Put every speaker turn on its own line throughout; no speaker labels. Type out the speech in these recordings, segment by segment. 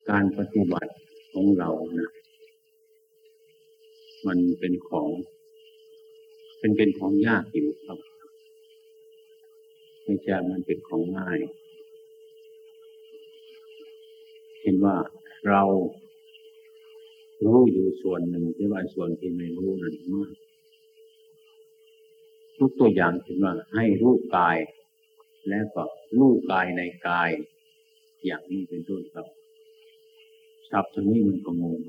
การปฏิบัติของเรานะมันเป็นของยากอยู่ครับไม่ใช่มันเป็นของง่ายเห็นว่าเรารู้อยู่ส่วนหนึ่งที่ว่าส่วนที่ไม่รู้นั่นมากยกตัวอย่างเช่นว่าให้รู้กายแล้วก็รู้กายในกายอย่างนี้เป็นต้นครับศัพท์ตรงนี้มันก็งง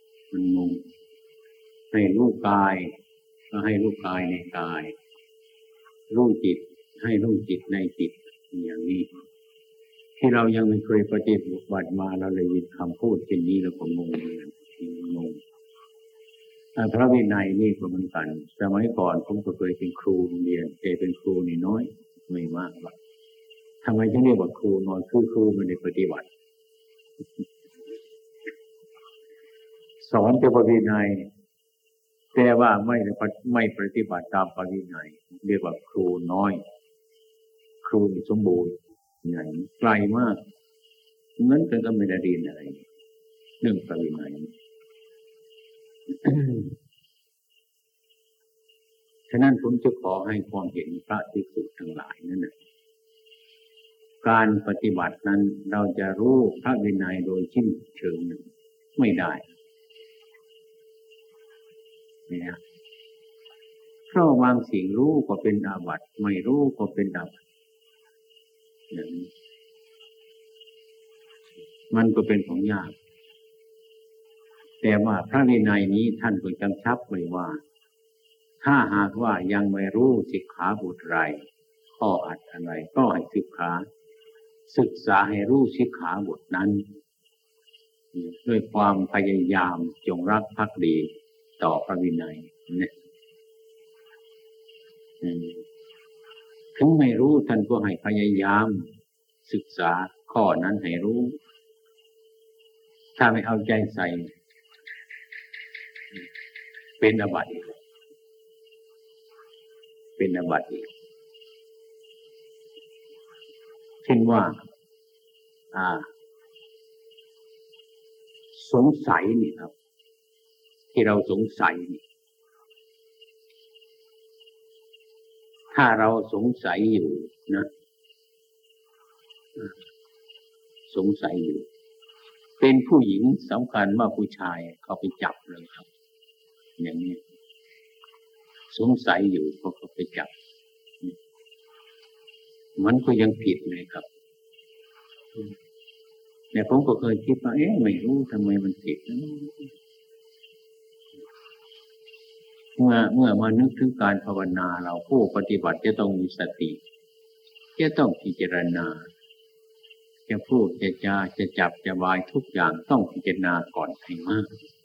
ให้รู้กายก็ให้รู้กายในกายรู้จิตให้รู้จิตในจิตอย่างนี้ที่เรายังไม่เคยปฏิบัติมาเราเลยยินคำพูดเช่นนี้แล้วก็งงพระวินัยนี่ก็เหมือนกันสมัยก่อนผมก็เคยเป็นครูเรียนแต่เป็นครูนี่น้อยไม่มากหรอกทำไมถึงเรียกว่าครูน้อยคือครูไม่ได้ปฏิบัติสอนแต่พระวินัยแต่ว่าไม่ปฏิบัติตามพระวินัยเรียกว่าครูน้อยครูสมบูรณ์ใหญ่ไกลมากงั้นก็ไม่ได้เรียนอะไรเรื่องพระวินัย ฉะนั้นผมจะขอให้ความเห็นพระภิกษุทั้งหลายนั่นนะการปฏิบัตินั้นเราจะรู้พระวินัยโดยสิ้นเชิงไม่ได้เนี่ยเพราะบางสิ่งรู้ก็เป็นอาบัติไม่รู้ก็เป็นอาบัติอย่างนี้มันก็เป็นของยากแต่ว่าพระวินัยนี้ท่านก็กำชับไว้ว่าถ้าหากว่ายังไม่รู้สิกขาบทใดข้ออัดอะไรก็ให้ศึกษาให้รู้สิกขาบทนั้นด้วยความพยายามจงรักภักดีต่อพระวินัยเนี่ยถึงไม่รู้ท่านก็ให้พยายามศึกษาข้อนั้นให้รู้ถ้าไม่เอาใจใส่เป็นอาบัติเช่นว่าสงสัยนี่ครับที่เราสงสัยนี่ถ้าเราสงสัยอยู่นะสงสัยอยู่เป็นผู้หญิงสำคัญว่าผู้ชายเขาไปจับเลยครับอย่างนี้สงสัยอยู่เขาไปจับมันก็ยังผิดเลยครับเนี่ยผมก็เคยคิดว่าไม่รู้ทำไมมันผิดเมื่อมานึกถึงการภาวนาเราผู้ปฏิบัติจะต้องมีสติจะต้องพิจารณาจะพูดจะจาจะจับจะวายทุกอย่างต้องพิจารณาก่อนให้มาก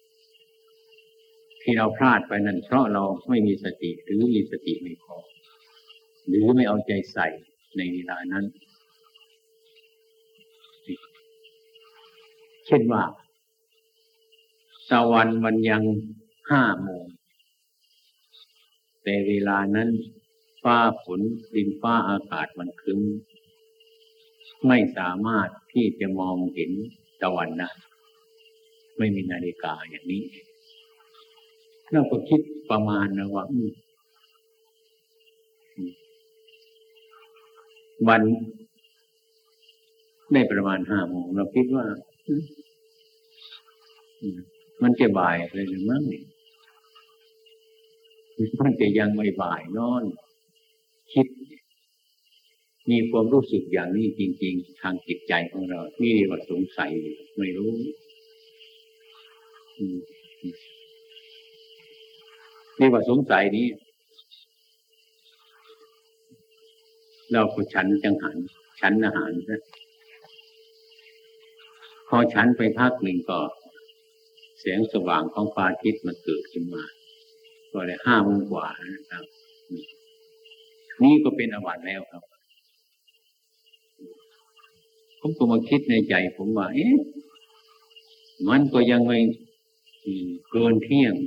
ที่เราพลาดไปนั่นเพราะเราไม่มีสติหรือมีสติไม่พอหรือไม่เอาใจใส่ในเวลานั้นเช่นว่าตะวันมันยัง5 โมงแต่เวลานั้นฟ้าฝนดินฟ้าอากาศมันครึ้มไม่สามารถที่จะมองเห็นตะวันได้ไม่มีนาฬิกาอย่างนี้เราก็คิดประมาณนะว่าวันได้ประมาณ5 โมงเราคิดว่ามันจะบ่ายเลยหรือมั้งมันจะยังไม่บ่ายนอนคิดมีความรู้สึกอย่างนี้จริงๆทางจิตใจของเรานี่เรียกว่าสงสัยไม่รู้เรียกว่าสงสัยนี้เราก็ฉันอาหารนะพอฉันไปพักหนึ่งก็แสงสว่างของพระอาทิตย์มันเกิดขึ้นมาก็เลย5 โมงกว่านะครับนี่ก็เป็นอาบัติแล้วครับผมก็มาคิดในใจผมว่ามันก็ยังไม่เกินเที่ยง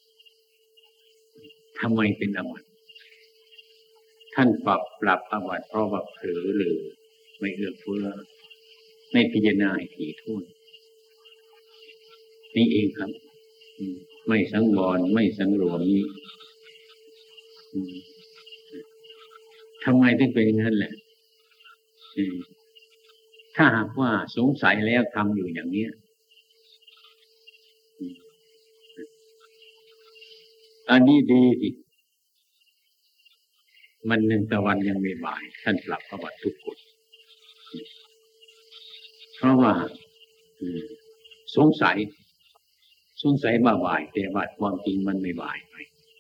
ทำไมเป็นอาบัติท่านปรับอาบัติเพราะว่าเผลอหรือไม่เอื้อเฟื้อไม่พิจารณาให้ถี่ถ้วนนี่เองครับไม่สังวรไม่สังรวมนี้ทำไมถึงเป็นอย่างนั้นแหละถ้าหากว่าสงสัยแล้วทำอยู่อย่างนี้อันนี้ดีดิมันหนึ่งตะวันยังไม่บ่ายท่านปรับประวัติทุกคนเพราะว่าสงสัยบ่ายแต่ว่าความจริงมันไม่บ่ายไป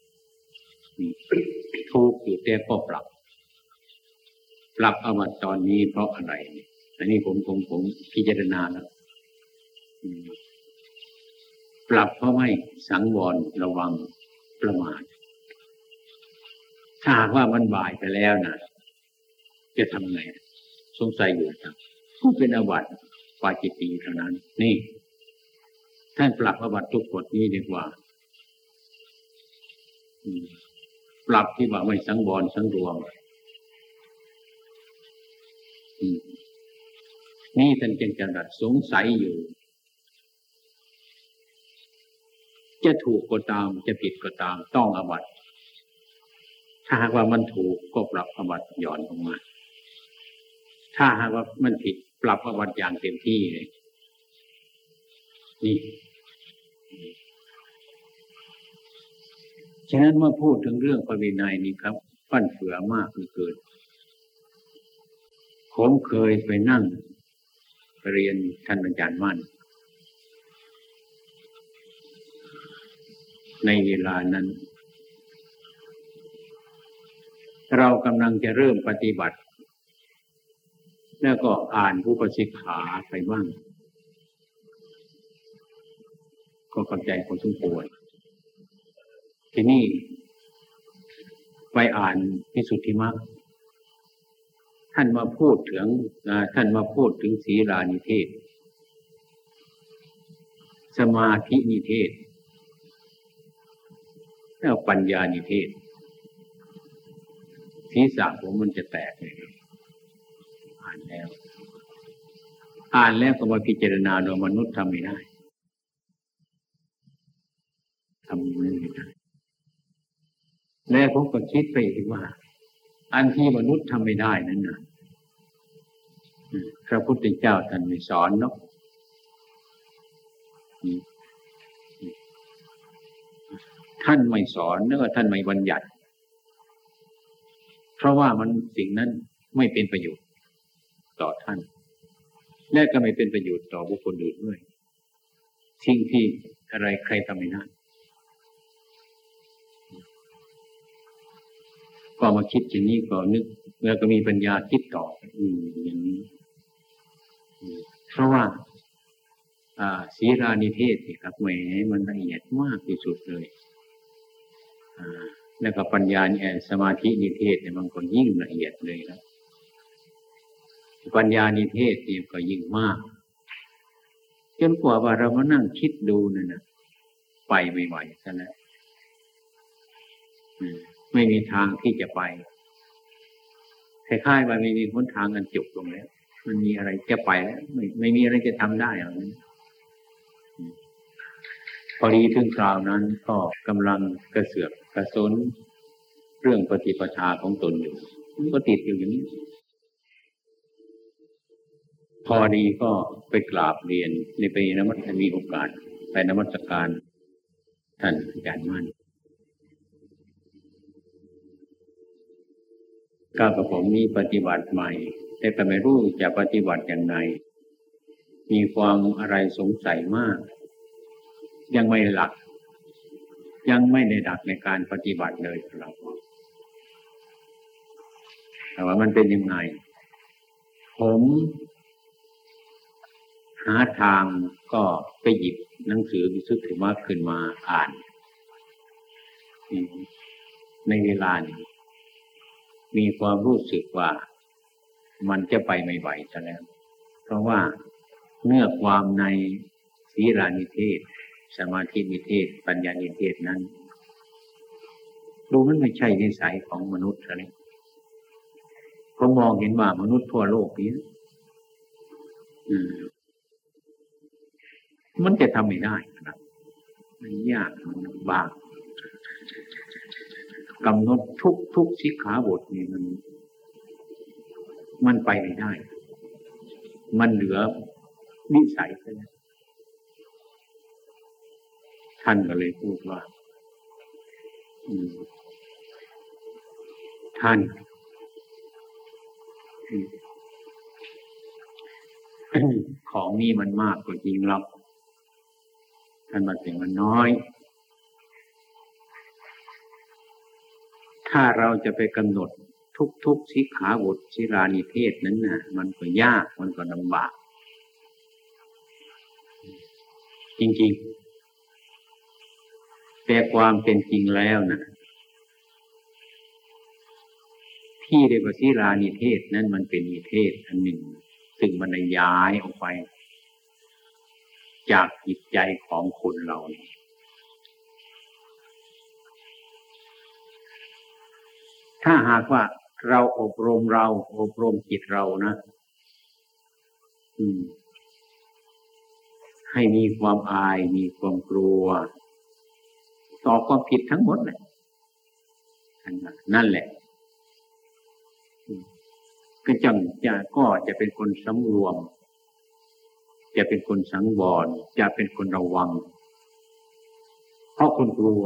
ทุกอยู่แต่ก็ปรับอวัตตอนนี้เพราะอะไรอันนี้ผมพิจารณาแล้วปรับเพราะไม่สังวรระวังประมาทถ้าหากว่ามันบ่ายไปแล้วนะจะทำไงสงสัยอยู่ครับก็เป็นอวัตปาจิตติเท่านั้นนี่ท่านปรับอวัตทุกกฎนี้ดีกว่าปรับที่ว่าไม่สังวรสังรวมนี่ท่านจึงจะดัดสงสัยอยู่จะถูกก็ตามจะผิดก็ตามต้องอบัติถ้าหากว่ามันถูกก็ปรับอบัติหย่อนลงมาถ้าหากว่ามันผิดปรับอบัติอย่างเต็มที่เลยนี่ฉะนั้นเมื่อพูดถึงเรื่องพระวินัยนี้ครับฟั่นเฟือมากเหลือเกินผมเคยไปนั่งเรียนท่านอาจารย์มั่นในเวลานั้นเรากำลังจะเริ่มปฏิบัติแล้วก็อ่านอุปสิกขาไปบ้างก็เข้าใจพอสมควรทีนี้ไปอ่านวิสุทธิมรรคท่านมาพูดถึงศีลานิเทศสมาธินิเทศแล้วปัญญานิเทศศีรษะผมมันจะแตกเลยอ่านแล้วก็มาพิจารณาโดยมนุษย์ทำไม่ได้แล้วผมก็คิดไปอีกว่าอันที่มนุษย์ทำไม่ได้นั้นนะพระพุทธเจ้าท่านไม่สอนเนาะท่านไม่สอนแล้วก็ท่านไม่บัญญัติเพราะว่ามันสิ่งนั้นไม่เป็นประโยชน์ต่อท่านและก็ไม่เป็นประโยชน์ต่อบุคคลอื่นด้วยสิ่งที่อะไรใครทำไม่ได้ก็มาคิดอย่างนี้ก็นึกแล้วก็มีปัญญาคิดต่ออย่างนี้เพราะว่าศีลานิเทศนี่ครับแหมมันละเอียดมากที่สุดเลยแล้วก็ปัญญาสมาธินิเทศเนี่ยมันก็ยิ่งละเอียดเลยครับปัญญานิเทศนี่ก็ยิ่งมากจนกว่าเรามานั่งคิดดูนั่นนะไปไม่ไหวซะแล้วไม่มีทางที่จะไปคล้ายๆว่าไม่มีหนทางอันจบลงแล้วมันมีอะไรจะไปแล้วไม่มีอะไรจะทำได้อย่างนั้นพอดีถึงคราวนั้นก็กำลังกระเสือกกระสนเรื่องปฏิปทาของตนอยู่มันก็ติดอยู่อย่างนี้พอดีก็ไปกราบเรียนในไปนมัสมีโอกาสไปนมัสการท่านอาจารย์มั่นก้าวกับผมนี้ปฏิบัติใหม่แต่ก็ไม่รู้จะปฏิบัติอย่างไรมีความอะไรสงสัยมากยังไม่หลักยังไม่ได้ดักในการปฏิบัติเลยครับแต่ว่ามันเป็นยังไงผมหาทางก็ไปหยิบหนังสือวิสุทธิมรรคขึ้นมาอ่านในเวลานี้มีความรู้สึกว่ามันจะไปไม่ไหวซะแล้วเพราะว่าเนื้อความในศีลานิเทศสมาธินิเทศปัญญานิเทศนั้นดูมันไม่ใช่นิสัยของมนุษย์เลยผมมองเห็นว่ามนุษย์ทั่วโลกนี้มันจะทำไม่ได้นะมันยากมันลำบากกำหนดทุกสิกขาบทนี่มันไปไม่ได้มันเหลือนิสัยไปแล้วท่านก็เลยพูดว่าท่านของนี้มันมากกว่าจริงหรอกท่านมาถึงมันน้อยถ้าเราจะไปกำหนดทุกสิกขาบทสิรานิเทศนั้นน่ะมันก็ยากมันก็ลำบากจริงๆแต่ความเป็นจริงแล้วนะที่เรียกว่าสิรานิเทศนั้นมันเป็นนิเทศอันหนึ่งซึ่งมันย้ายออกไปจากจิตใจของคนเราถ้าหากว่าเราอบรมจิตเรานะให้มีความอายมีความกลัวต่อความผิดทั้งหมดเลยนั่นแหละก็จะเป็นคนสำรวมจะเป็นคนสังวรจะเป็นคนระวังเพราะคนกลัว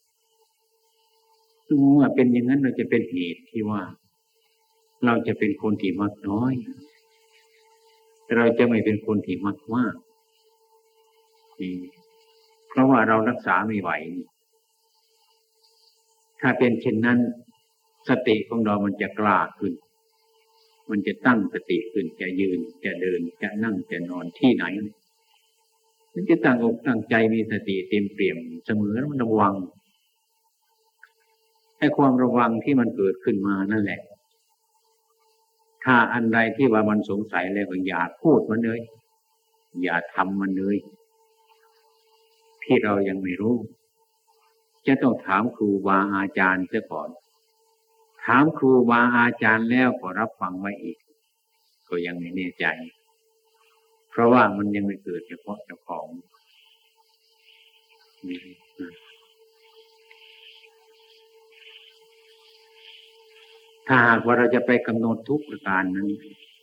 เมื่อเป็นอย่างนั้นเราจะเป็นเหตุที่ว่าเราจะเป็นคนที่มักน้อยเราจะไม่เป็นคนที่มักมากเพราะว่าเรารักษาไม่ไหวถ้าเป็นเช่นนั้นสติของเรามันจะกล้าขึ้นมันจะตั้งสติขึ้นจะยืนจะเดินจะนั่งจะนอนที่ไหนมันจะตั้งอกตั้งใจมีสติเต็มเปี่ยมเสมอมันระวังให้ความระวังที่มันเกิดขึ้นมานั่นแหละถ้าอันใดที่ว่ามันสงสัยแล้วก็อย่าพูดมันเลยอย่าทำมันเลยที่เรายังไม่รู้จะต้องถามครูบาอาจารย์เสียก่อนถามครูบาอาจารย์แล้วก็รับฟังไว้อีกก็ยังไม่แน่ใจเพราะว่ามันยังไม่เกิดเฉพาะเจ้าของถ้าหากว่าเราจะไปกำหนดทุกประการนั้น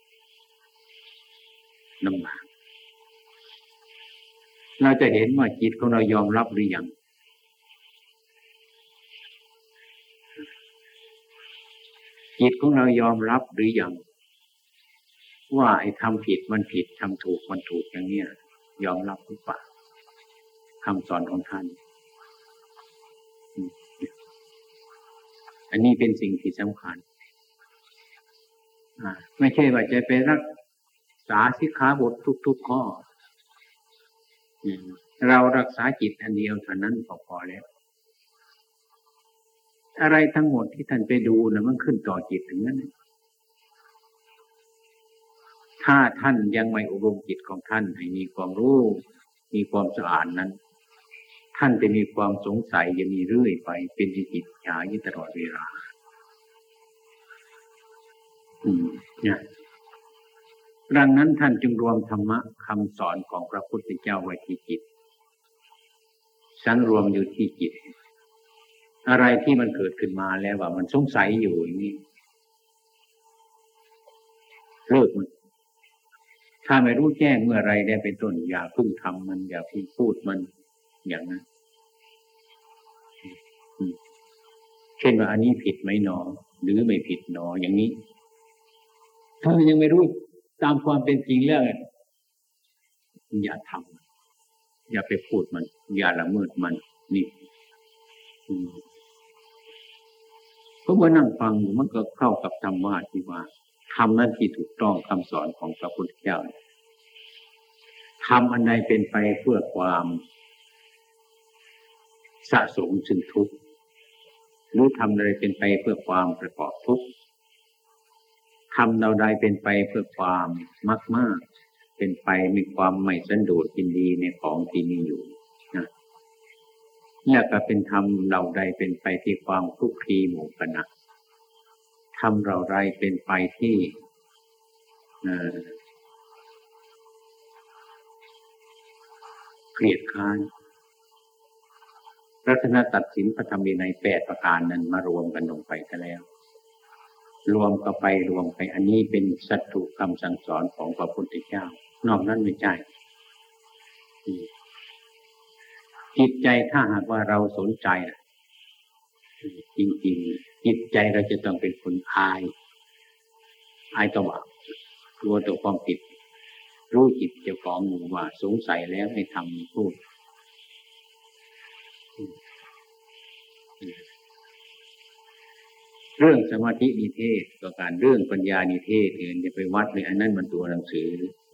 ลำบากเราจะเห็นว่าจิตของเรายอมรับหรือยังจิตของเรายอมรับหรือยังว่าไอ้ทำผิดมันผิดทำถูกมันถูกอย่างเนี้ยยอมรับหรือเปล่าคำสอนของท่านอันนี้เป็นสิ่งที่สำคัญไม่ใช่ว่าจะไปรักษาสิกขาบททุกข้อเรารักษาจิตอันเดียวเท่านั้นพอแล้วอะไรทั้งหมดที่ท่านไปดูนะมันขึ้นต่อจิตถึงนั้นถ้าท่านยังไม่อบรมจิตของท่านให้มีความรู้มีความสะอาดนั้นท่านจะมีความสงสัยจะมีเรื่อยไปเป็นจิตฉาอยู่ตลอดเวลาเนี่ยดังนั้นท่านจึงรวมธรรมะคำสอนของพระพุทธเจ้าไว้ที่จิตสังรวมอยู่ที่จิตอะไรที่มันเกิดขึ้นมาแล้วว่ามันสงสัยอยู่อย่างนี้เลิกมันถ้าไม่รู้แจ้งเมื่อไรได้เป็นต้นอย่าพึ่งทำมันอย่าพึ่งพูดมันอย่างนั้นเช่นว่าอันนี้ผิดไหมหนอหรือไม่ผิดหนออย่างนี้ถ้ายังไม่รู้ตามความเป็นจริงแล้วอย่าทำอย่าไปพูดมันอย่าละเมิดมันนี่เพราะว่านั่งฟังมันก็เข้ากับธรรมะที่ว่าทำนั้นที่ถูกต้องคำสอนของพระพุทธเจ้าทำอันใดเป็นไปเพื่อความสะสมซึ่งทุกข์หรือทำอะไรเป็นไปเพื่อความประกอบทุกข์ทำเราใดเป็นไปเพื่อความมากเป็นไปมีความไม่สันโดษยินดีในของที่มีอยู่นะแล้วก็เป็นธรรมเราใดเป็นไปที่ความคลุกคลีหมู่คณะธรรมเราใดเป็นไปที่เกลียดค้านรัตนตัดสินพระธรรมวินัย8ประการนั้นมารวมกันลงไปกันแล้วรวมกันไปรวมไปอันนี้เป็นสัตถุคำสั่งสอนของพระพุทธเจ้านอกนั้นไม่ใช่จิตใจถ้าหากว่าเราสนใจจริงๆจิตใจเราจะต้องเป็นคนอายต่อบาปกลัวต่อความผิดรู้จิตเจ้าของว่าสงสัยแล้วให้ทำพูดเรื่องสมาธินิเทศก็การเรื่องปัญญานิเทศอื่นจะไปวัดเลยอันนั้นมันตัวหนังสือ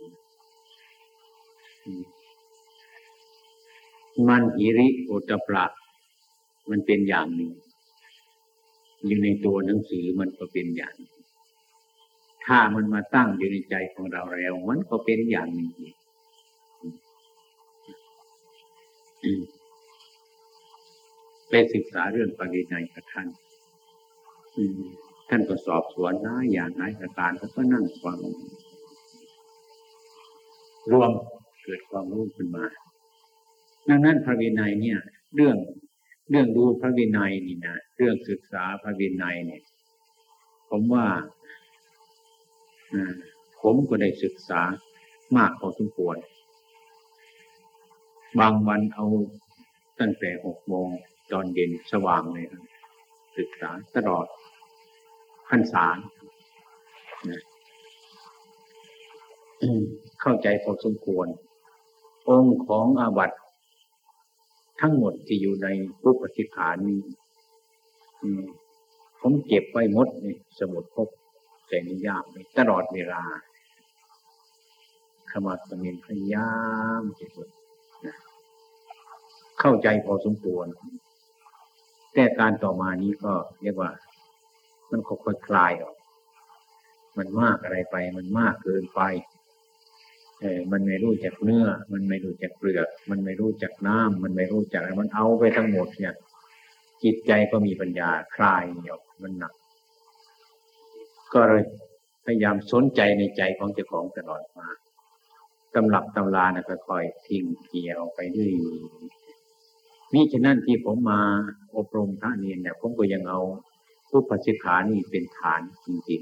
มันหิริโอตปะมันเป็นอย่างหนึ่งอยู่ในตัวหนังสือมันก็เป็นอย่างถ้ามันมาตั้งอยู่ในใจของเราแล้วมันก็เป็นอย่างหนึ่งไปศึกษาเรื่องปริยัยกับท่านท่านก็สอบสวนหลายอย่างหลายประการเขาก็นั่งฟังรวมเกิดความรู้ขึ้นมาดังนั้นพระวินัยเนี่ยเรื่องดูพระวินัยนี่นะเรื่องศึกษาพระวินัยเนี่ยผมว่าผมก็ได้ศึกษามากพอสมควรบางวันเอาตั้งแต่6 โมงตอนเย็นสว่างเลยครับศึกษาตลอดพรรษาเข้าใจพอสมควรองค์ของอาบัติทั้งหมดที่อยู่ในรูปสิกขานี้ผมเก็บไว้หมดในสมุดพกใส่ในย่ามตลอดเวลาขมักเขม้นพยายามที่สุดเข้าใจพอสมควรแต่การต่อมานี้ก็เรียกว่ามันค่อยๆคลายออกมันมากอะไรไปมันมากเกินไปมันไม่รู้จักเนื้อมันไม่รู้จักเปลือกมันไม่รู้จักน้ำมันไม่รู้จักอะไรมันเอาไปทั้งหมดเนี่ยจิตใจก็มีปัญญาคลายออกมันหนักก็เลยพยายามสนใจในใจของเจ้าของตลอดมาตำรับตำรานะค่อยๆทิ้งเกี่ยวไปเรื่อยมิฉะนั้นที่ผมมาอบรมพระเนรเนี่ยผมก็ยังเอารูปสิกขานี่เป็นฐานจริง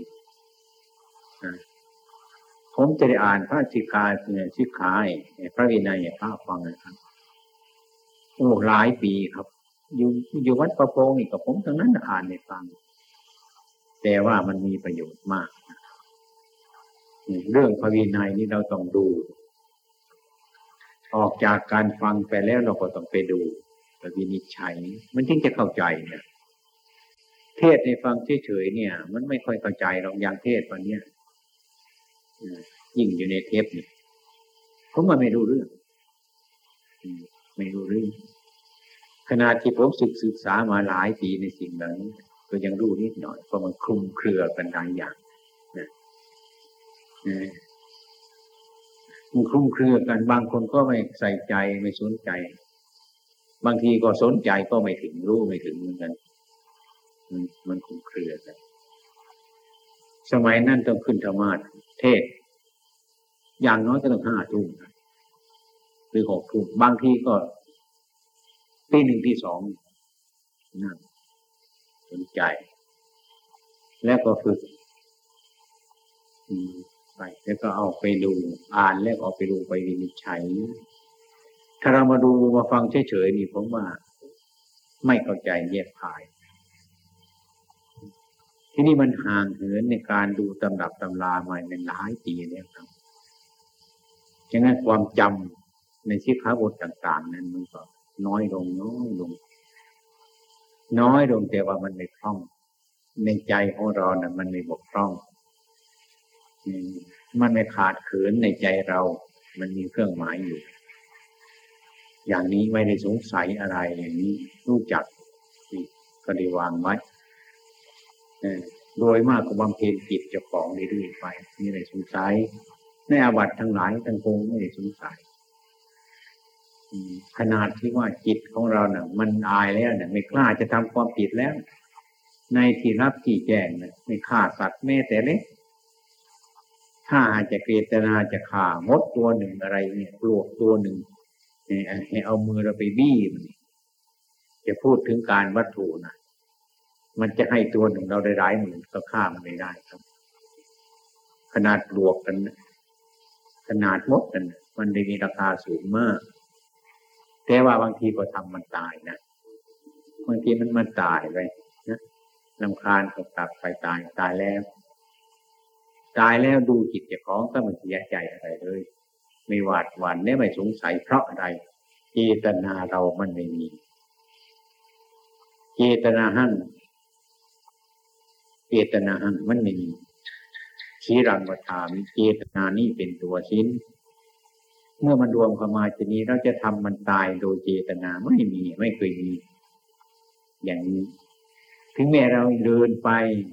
ๆผมจะได้อ่านพระสิกขาสิกขาพระวินัยพระฟังนะครับโอ้หลายปีครับอยู่วัดประโพงนี่กับผมทั้งนั้นอ่านในฟังแต่ว่ามันมีประโยชน์มากเรื่องพระวินัยนี่เราต้องดูออกจากการฟังไปแล้วเราก็ต้องไปดูไปวินิจฉัยมันจึงจะเข้าใจเนี่ยเทศในฟังเฉยๆเนี่ยมันไม่ค่อยเข้าใจหรอกอย่างเทศวันนี้ยิ่งอยู่ในเทปนี่ผมไม่รู้เรื่องไม่รู้เรื่องขณะที่ผมศึกษามาหลายปีในสิ่งนั้นก็ยังรู้นิดหน่อยเพราะมันคลุมเครือกันหลายอย่างมันคลุมเครือกันบางคนก็ไม่ใส่ใจไม่สนใจบางทีก็สนใจก็ไม่ถึงรู้ไม่ถึงเหมือนกันมันคลุมเครือกันสมัยนั้นต้องขึ้นธรรมาสน์เทศอย่างน้อยก็ต้อง5 ทุ่มหรือ6 ทุ่มบางทีก็ตี 1 ตี 2นั่นสนใจแล้วก็ฝึกไปแล้วก็เอาไปดูอ่านแล้วเอาไปดูไปวินิจฉัยถ้าเรามาดูมาฟังเฉยๆนี่ผมว่าไม่เข้าใจแยกขายที่นี่มันห่างเหินในการดูตำรับตำรามาเป็นหลายปีแล้วครับฉะนั้นความจำในสิกขาบทต่างๆนั้นมันก็น้อยลงแต่ว่ามันไม่คล่องในใจของเราเนี่ยมันไม่บกพร่องมันไม่ขาดเขินในใจเรามันมีเครื่องหมายอยู่อย่างนี้ไม่ได้สงสัยอะไรอย่างนี้รู้จักก็ได้วางไว้โดยมากก็บำเพ็ญจิตเจ้าของเรื่อยๆไปไม่ได้สงสัยในอาบัติทั้งหลายทั้งปวงไม่ได้สงสัยขนาดที่ว่าจิตของเราเนี่ยมันอายแล้วเนี่ยไม่กล้าจะทำความผิดแล้วในที่รับที่แจ้งเนี่ยไม่ฆ่าสัตว์แม้แต่เล็กถ้าอาจจะเจตนาจะฆ่ามดตัวหนึ่งอะไรเนี่ยปลวกตัวหนึ่งให้เอามือเราไปบี้มันจะพูดถึงการวัตถุนะมันจะให้ตัวหนึ่งเราได้หลายหมื่นก็ฆ่ามันไม่ได้ครับขนาดบวกกันขนาดมดกันมันได้มีราคาสูงมากแต่ว่าบางทีก็ทำมันตายนะบางทีมันตายไปนะรำคาญก็กลับไปตายแล้วดูจิตเจ้าของก็มันเสียใจอะไรเลยไม่หวาดหวั่นไม่สงสัยเพราะอะไรเจตนาเรามันไม่มีเจตนาหั่นมันไม่มีชีรังวถามเจตนานี้เป็นตัวชิ้นเมื่อมันรวมเข้ามาทีนี้เราจะทำมันตายโดยเจตนาไม่เคยมีอย่างนี้ถึงแม้เราเดินไป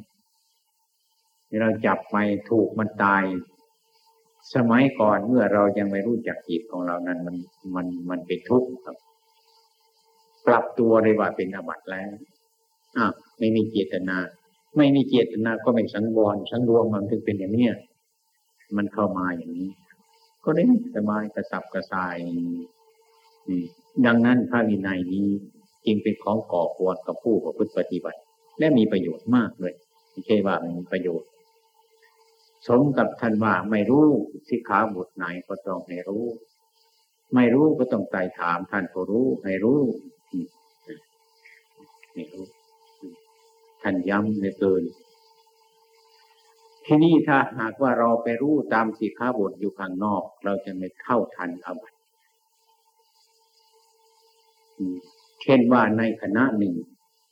เราจับไปถูกมันตายสมัยก่อนเมื่อเรายังไม่รู้จักจิตของเรานั้นมันเป็นทุกข์ครับปรับตัวเลยว่าเป็นอาบัติแล้วไม่มีเจตนาก็ไม่สังวรมันถึงเป็นอย่างนี้มันเข้ามาอย่างนี้ก็ได้สบายกระสับกระส่ายดังนั้นพระวินัยนี้จึงเป็นของก่อควรกับผู้ประพฤติปฏิบัติและมีประโยชน์มากเลยไม่ใช่ว่าไม่มีประโยชน์สมกับท่านว่าไม่รู้สิกขาบทไหนก็ต้องให้รู้ไม่รู้ก็ต้องไต่ถามท่านผู้รู้ให้รู้ไม่รู้ท่านย้ำเหลือเกินที่นี่ถ้าหากว่าเราไปรู้ตามสิกขาบทอยู่ข้างนอกเราจะไม่เข้าทันอาบัติเช่นว่าในคณะหนึ่ง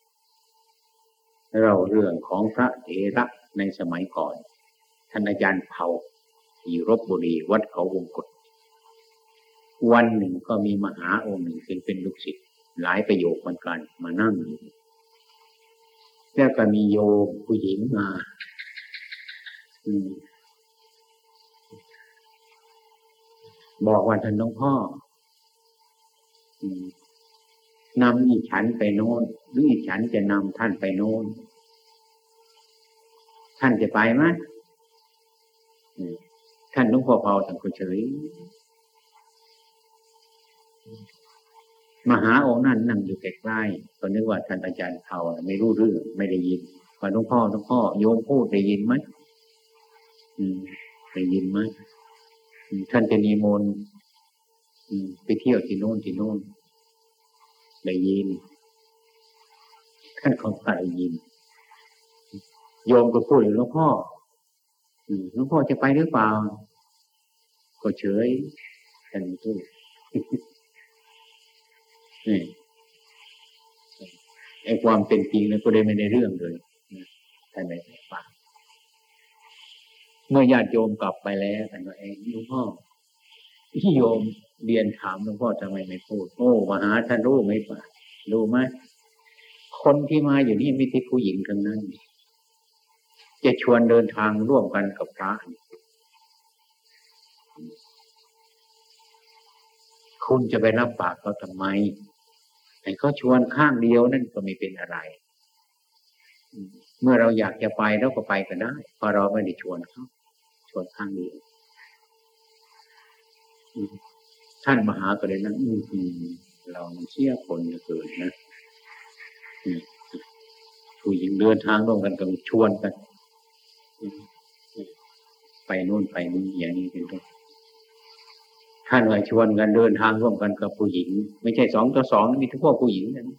เราเรื่องของพระเถระในสมัยก่อนท่านอาจารย์เผาอยู่ลพบุรีวัดเขาวงกฏวันหนึ่งก็มีมหาองค์หนึ่งเป็นลูกศิษย์หลายประโยคเหมือนกันมานั่งอยู่แล้วก็มีโยมผู้หญิงมาบอกว่าท่านหลวงพ่อนำอีฉันไปโน่นหรืออีฉันจะนำท่านไปโน่นท่านจะไปไหมท่านหลวงพ่อเผาท่านก็เฉยมหาองค์นั้นนั่งอยู่ใกล้ๆก็นึกว่าท่านอาจารย์เผาไม่รู้เรื่องไม่ได้ยินว่าหลวงพ่อโยมพูดได้ยินไหมได้ยินไหมท่านจะนิมนต์ไปเที่ยวที่โน่นได้ยินท่านของฝ่ายได้ยินโยมก็พูดหลวงพ่อจะไปหรือเปล่าก็เฉยท่านพูดไอ้ความเป็นจริงนั้นก็ได้ไม่ได้เรื่องเลยท่านไม่ได้ฟังเมื่อญาติโยมกลับไปแล้วท่านว่าหลวงพ่อที่โยมเรียนถามหลวงพ่อทำไมไม่พูดมหาท่านรู้ไหมป่ะรู้ไหมคนที่มาอยู่นี่ไม่ใช่ผู้หญิงทั้งนั้นจะชวนเดินทางร่วมกันกับพระคุณจะไปรับปากเขาทำไมแต่เขาชวนข้างเดียวนั่นก็ไม่เป็นอะไรเมื่อเราอยากจะไปเราก็ไปกันได้เพราะเราไม่ได้ชวนเขาชวนข้างเดียวท่านมหาก็เลยนั่งเราเชื่อคนเกินนะผู้หญิงเดินทางร่วมกันก็ชวนกันไปโน่นไปนี่อย่างนี้เป็นต้นท่านว่าชวนกันเดินทางร่วมกันกับผู้หญิงไม่ใช่2 ต่อ 2มีทั้งพวกผู้หญิงนั่น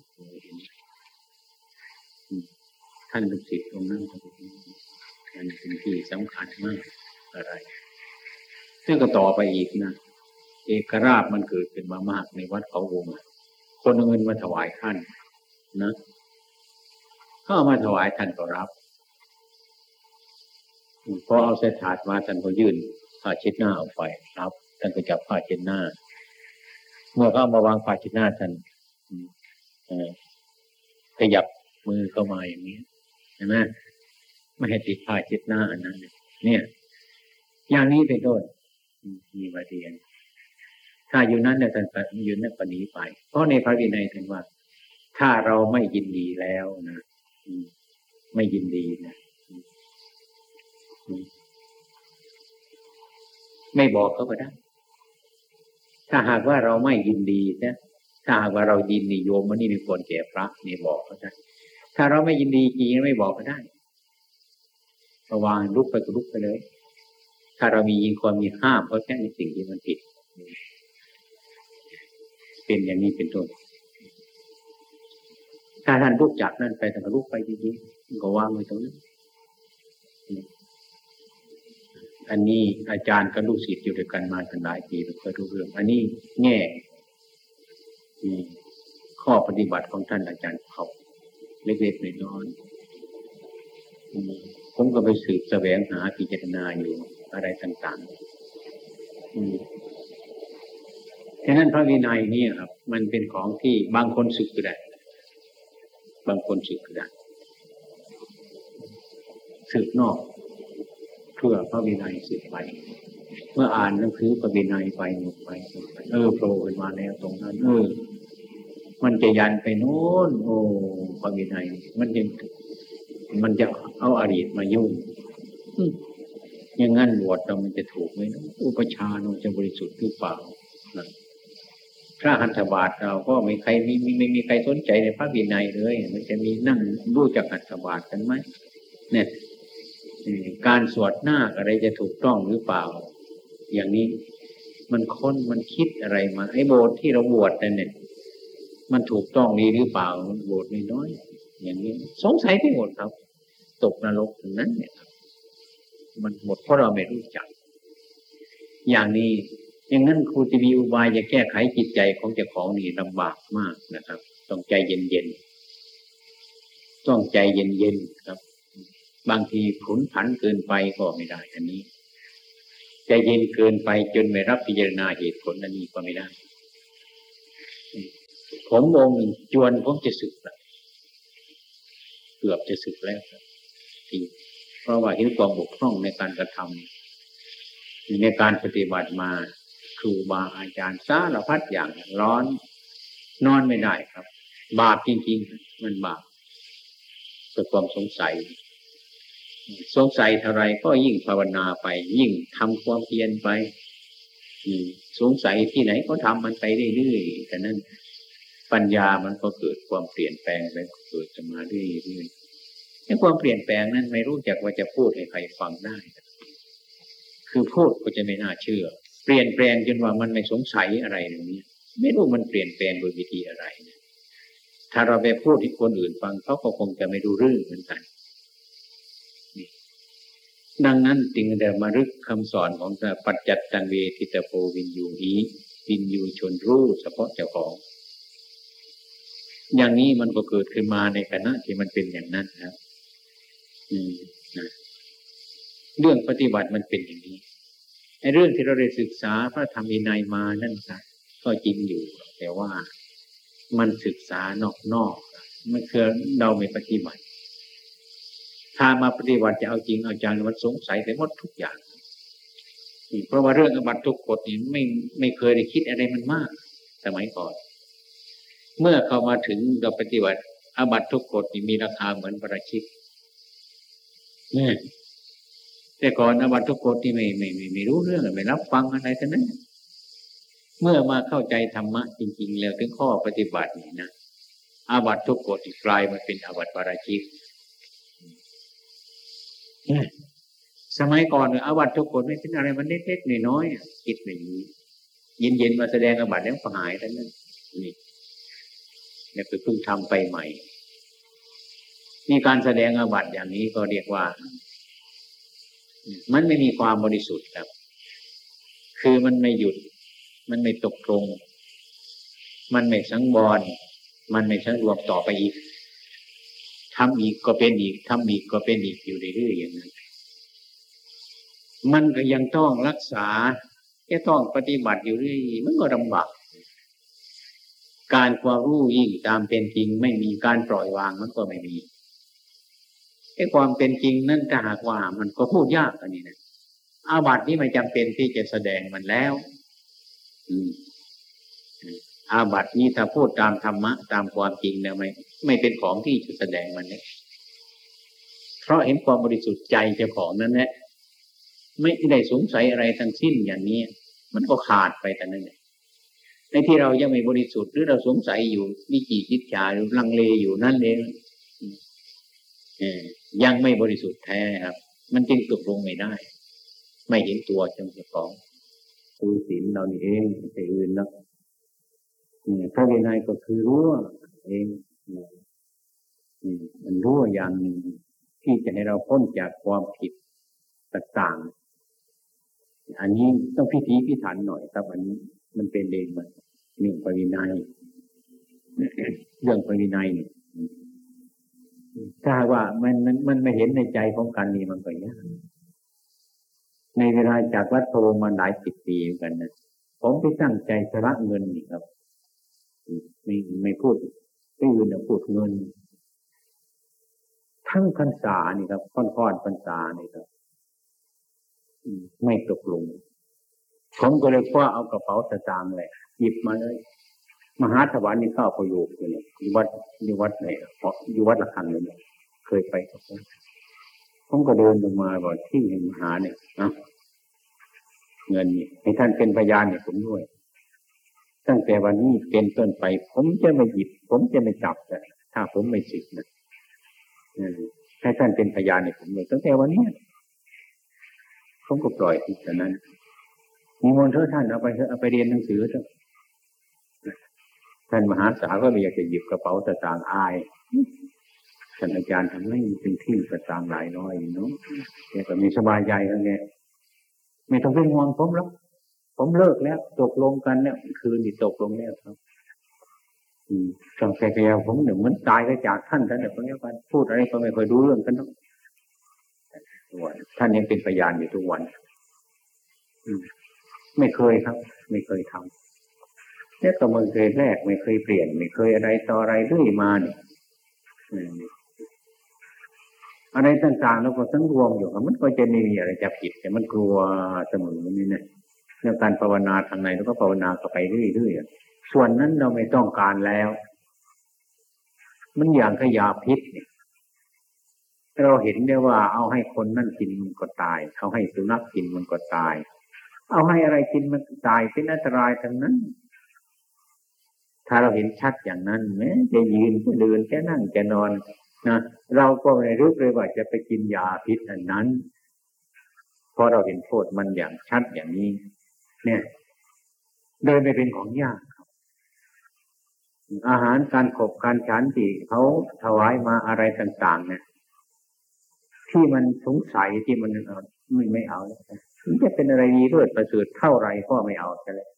ท่านลูกศิษย์ตรงนั้นมันเป็นที่สำคัญมากอะไรซึ่งก็ต่อไปอีกนะเอกราชมันเกิดขึ้นมามากในวัดเขาวงคนเอาเงินมาถวายท่านนะเขาเอามาถวายท่านก็รับพอเอาใส่ถาดมาท่านก็ยื่นผ้าเช็ดหน้าออกไปรับท่านก็จับผ้าเช็ดหน้าเมื่อเขาเอามาวางผ้าเช็ดหน้าท่านขยับมือเข้ามาอย่างนี้เห็นไหมไม่ให้ติดผ้าเช็ดหน้าอันนั้นเนี่ยอย่างนี้เป็นต้นมีบาเรียนถ้าอยู่นั้นเนี่ยท่านอยู่นั่นก็หนีไปเพราะในพระวินัยท่านว่าถ้าเราไม่ยินดีแล้วนะไม่ยินดีนะไม่บอกเขาก็ได้ถ้าหากว่าเราไม่ยินดีนะทถ้าว่าเรายินดีโยมมันนี่ไม่ควรแก่พระนี่บอกก็ได้ถ้าเราไม่ยินดีจริงไม่บอกก็ได้ระวังลุกไปก็ลุกไปเลยถ้าเรามียิงความมีห้ามเพราะแค่ในสิ่งที่มันผิดเป็นอย่างนี้เป็นต้นถ้าท่านลุกจากนั่นไปท่านก็ลุกไปจริงๆก็วางไว้ตรงนั้นอันนี้อาจารย์กับลูกศิษย์อยู่ด้วยกันมาตั้งหลายปีไม่เคยรู้เรื่องอันนี้แง่ข้อปฏิบัติของท่านอาจารย์เขาเล็กๆน้อยๆผมก็ไปสืบแสวงหาพิจารณาอยู่อะไรต่างๆฉะนั้นพระวินัยนี่ครับมันเป็นของที่บางคนศึกก็ได้บางคนศึกก็ได้ศึกนอกเพื่อพระวินัยสึกไปเมื่ออ่านหนังสือพระวินัยไปหมดไปโผล่ขึ้นมาแล้วตรงนั้นมันจะยันไปโน้นพระวินัยมันจะเอาอดีตมายุ่งอย่างงั้นบวชเรามันจะถูกไหมอุปชาเราจะบริสุทธิ์หรือเปล่าพระหัตถบาทเราก็ไม่มีใครสนใจในพระวินัยเลยมันจะมีนั่งรู้จักหัตถบาทกันไหมเนี่ยการสวดนาคอะไรจะถูกต้องหรือเปล่าอย่างนี้มันค้นมันคิดอะไรมาไอ้โบสถ์ที่เราบวชเนี่ยมันถูกต้องดีหรือเปล่ามันโบสถ์น้อยๆอย่างนี้สงสัยไปหมดครับตกนรกอย่างนั้นเนี่ยมันหมดเพราะเราไม่รู้จักอย่างนี้อย่างนั้นครูจะมีอุบายจะแก้ไขจิตใจของเจ้าของนี่ลำบากมากนะครับต้องใจเย็นๆต้องใจเย็นๆครับบางทีผุนผันเกินไปก็ไม่ได้อันนี้ใจเย็นเกินไปจนไม่รับพิจารณาเหตุผลอันนี้ก็ไม่ได้ผมองค์จวนผมจะสึกแล้วเกือบจะสึกแล้วครับเพราะว่าเห็นความบกพร่องในการกระทำในการปฏิบัติมาครูบาอาจารย์สารพัดอย่างร้อนนอนไม่ได้ครับบาปจริงๆมันบาปเกิดความสงสัยเท่าไรก็ยิ่งภาวนาไปยิ่งทำความเพียรไปสงสัยที่ไหนก็ทำมันไปเรื่อยๆแต่นั้นปัญญามันก็เกิดความเปลี่ยนแปลงไปเกิดจะมาเรื่อยๆในความเปลี่ยนแปลงนั้นไม่รู้จักว่าจะพูดให้ใครฟังได้คือพูดก็จะไม่น่าเชื่อเปลี่ยนแปลงจนว่ามันไม่สงสัยอะไรอย่างนี้ไม่รู้มันเปลี่ยนแปลงโดยวิธีอะไรถ้าเราไปพูดให้คนอื่นฟังเขาก็คงจะไม่ดูเรื่องเหมือนกันดังนั้นจึงได้มารึกคำสอนของปัจจัตตังเวทิตโพวินยูหิวินยูชนรู้เฉพาะเจ้าของอย่างนี้มันก็เกิดขึ้นมาในขณะที่มันเป็นอย่างนั้นครับเรื่องปฏิบัติมันเป็นอย่างนี้ไอ้เรื่องที่เราได้ศึกษาพระธรรมวินัยมานั่นก็จริงอยู่แต่ว่ามันศึกษานอกมันคือเราไม่ปฏิบัติถ้ามาปฏิบัติจะเอาจริงเอาจังมันสงสัยไปหมดทุกอย่างเพราะว่าเรื่องอาบัติทุกกฎนี่ไม่เคยได้คิดอะไรมันมากสมัยก่อนเมื่อเข้ามาถึงเราปฏิบัติอาบัติทุกกฎนี่มีราคาเหมือนประชิกเนี่ยแต่ก่อนอาบัติทุกกฎนี่ไม่รู้เรื่องไม่รับฟังอะไรทั้งนั้นเมื่อมาเข้าใจธรรมะจริงๆแล้วถึงข้อปฏิบัตินี่นะอาบัติทุกกฎกลายมาเป็นอาบัติประชิกสมัยก่อนอาบัติทุกกฎไม่เป็นอะไรมันเล็กๆน้อยๆคิดอย่างนี้เย็นๆมาแสดงอาบัติแล้วก็หายแล้วนั่นนี่เนี่ยเพิ่งทำไปใหม่นี่การแสดงอาบัติอย่างนี้ก็เรียกว่ามันไม่มีความบริสุทธิ์ครับคือมันไม่หยุดมันไม่ตกลงมันไม่สังวรมันไม่สังรวมต่อไปอีกทำอีกก็เป็นอีกทำอีกก็เป็นอีกอยู่เรื่อยๆอย่างนั้นมันก็ยังต้องรักษาจะต้องปฏิบัติอยู่เรื่อยมันก็ลำบากการความรู้ยิ่งตามเป็นจริงไม่มีการปล่อยวางมันก็ไม่มีไอ้ความเป็นจริงนั่นถ้าหากว่ามันก็พูดยากอันนี้นะอาบัตินี้ไม่จำเป็นที่จะแสดงมันแล้วอาบัตินี้ถ้าพูดตามธรรมะตามความจริงเนี่ยไม่เป็นของที่จะแสดงมันเนี่ยเพราะเห็นความบริสุทธิ์ใจเจ้าของนั้นแหละไม่ได้สงสัยอะไรทั้งสิ้นอย่างนี้มันก็ขาดไปแต่นั่นแหละในที่เรายังไม่บริสุทธิ์หรือเราสงสัยอยู่วิจิกิจฉาหรือลังเลอยู่นั่นเองยังไม่บริสุทธิ์แท้ครับมันจึงตกลงไม่ได้ไม่เห็นตัวเจ้าของคือศีลเรานี่เองไม่ใช่อื่นแล้วพระวินัยก็คือรู้เองมันรู้อย่างหนึ่งที่จะให้เราพ้นจากความผิดต่างๆอันนี้ต้องพิถีพิถันหน่อยครับอันนี้มันเป็นเองมันเรื่องพระวินัยเรื่องพระวินัยเนี่ยถ้าว่ามันไม่เห็นในใจของกันนี่มันก็ยากในเวลาจากวัดโพมาหลายสิบปีเหมือนกันนะผมไปตั้งใจสละเงินนี่ครับไม่พูดไม่อื่นนะพูดเงินทั้งพรรษานี่ครับค่อนพรรษานี่ครับไม่ตกลงผมก็เลยคว้าเอากระเป๋าสตางค์เลยหยิบมาเลยมหาถวายนี่เข้าประโยคอยู่เนี่ยอยู่วัดไหนอยู่วัดละคังเลยเคยไปกับผมก็เดินลงมาบอกที่มหาเนี่ยเงินนี่ให้ท่านเป็นพยานเนี่ยผมด้วยตั้งแต่วันนี้เป็นต้นไปผมจะไม่หยิบผมจะไม่จับเลยถ้าผมไม่สึกนะให้ท่านเป็นพยานเนี่ยผมเลยตั้งแต่วันนี้ผมก็ปล่อยที่นั้นมีมนต์เถอะท่านเอาไปเรียนหนังสือเถอะท่านมหาสาก็ไม่อยากจะหยิบกระเป๋าสตางค์อายท่านอาจารย์ทำให้เป็นที่สตางค์หลายน้อยเนาะแกก็มีสบายใจแล้วไงไม่ต้องเป็นห่วงผมหรอกผมเลิกแล้วตกลงกันแล้วคืนที่ตกลงแล้วครับตั้งแต่แกผมหนึ่งเหมือนตายก็จากท่านเนี่ยคนนี้กันพูดอะไรก็ไม่เคยรู้เรื่องกันทั้งท่านยังเป็นพยานอยู่ทุกวันไม่เคยครับไม่เคยทำเนี่ยก็มันเคยแรกไม่เคยเปลี่ยนไม่เคยอะไรต่ออะไรเรื่อยมาเนี่ยอะไรต่างๆแล้วก็ทั้งรวมอยู่มันก็จะไม่มีอะไรจะผิดแต่มันกลัวเสมอนี่นะเรื่องการภาวนาทางในแล้วก็ภาวนาไปเรื่อยๆส่วนนั้นเราไม่ต้องการแล้วมันอย่างขยะพิษเนี่ยเราเห็นได้ว่าเอาให้คนนั่นกินมันก็ตายเอาให้สุนัขกินมันก็ตายเอาให้อะไรกินมันตายเป็นอันตรายทั้งนั้นถ้าเราเห็นชัดอย่างนั้นแม้จะยืนจะเดินจะนั่งจะนอนนะเราก็ไม่รู้เลยว่าจะไปกินยาพิษอันนั้นเพราะเราเห็นโทษมันอย่างชัดอย่างนี้เนี่ยโดยไม่เป็นของยากอาหารการขบการฉันที่เขาถวายมาอะไรต่างๆเนี่ยที่มันสงสัยที่มันไม่เอามันจะเป็นอะไรดีเลิศประเสริฐเท่าไรก็ไม่เอาซะเลย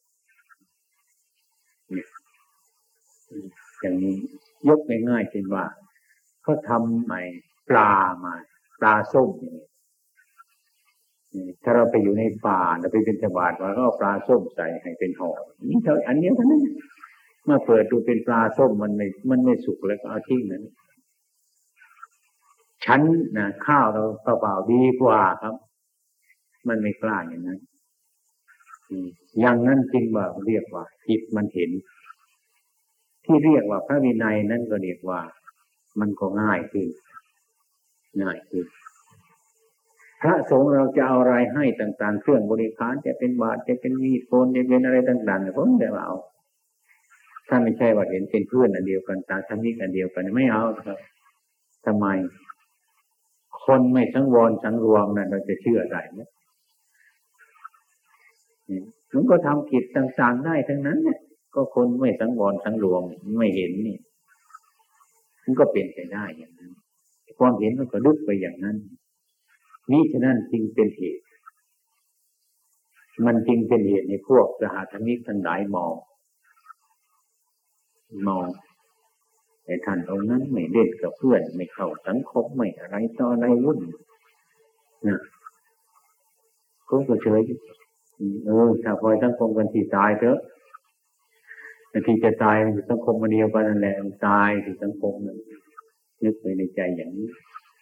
อย่างนี้ยกง่ายๆเช่นว่าเขาทำใหม่ปลามาปลาส้มอย่างนี้ถ้าเราไปอยู่ในป่าเราไปเป็นฉบาดว่าก็ปลาส้มใส่ให้เป็นห่อนี่เท่าอันนี้เท่านั้นมาเปิดดูเป็นปลาส้มมันไม่สุกแล้วก็เอาทิ้งนั้นชั้นนะข้าวเราเปล่าๆดีกว่าครับมันไม่กล้าอย่างนั้นอย่างนั้นจริงว่าเรียกว่าจิตมันเห็นที่เรียกว่าพระวินัยนั้นก็เรียกว่ามันก็ง่ายขึ้นพระสงฆ์เราจะเอาอะไรให้ต่างๆเครื่องบริการจะเป็นบาตรจะเป็นมีดโกนจะเป็นอะไรต่างๆผมไม่เอาถ้าไม่ใช่ว่าเห็นเป็นเพื่อนอันเดียวกันตาธรรมิกอันเดียวกันไม่เอาครับทำไมคนไม่สังวรสังรวมนั่นเราจะเชื่อได้ไหมมันก็ทำกิจต่างๆได้ทั้งนั้นเนี่ยก็คนไม่สังวรสังรวมไม่เห็นนี่มันก็เป็นไปได้อย่างนั้นความเห็นมันก็ลึกไปอย่างนั้นนี่ฉะนั้นจึงเป็นเหตุมันจึงเป็นเหตุในพวกสหธรรมิกทั้งหลายมองแต่ท่านองค์นั้นไม่เล่นกับเพื่อนไม่เข้าสังคมไม่อะไรต่ออะไรวุ่นนะก็เฉยถ้าพอสังคมกันที่ตายเถอะที่จะตายอยู่สังคมมันเดียวกันนั่นแหละตายที่สังคมนั้นนึกไปในใจอย่างนี้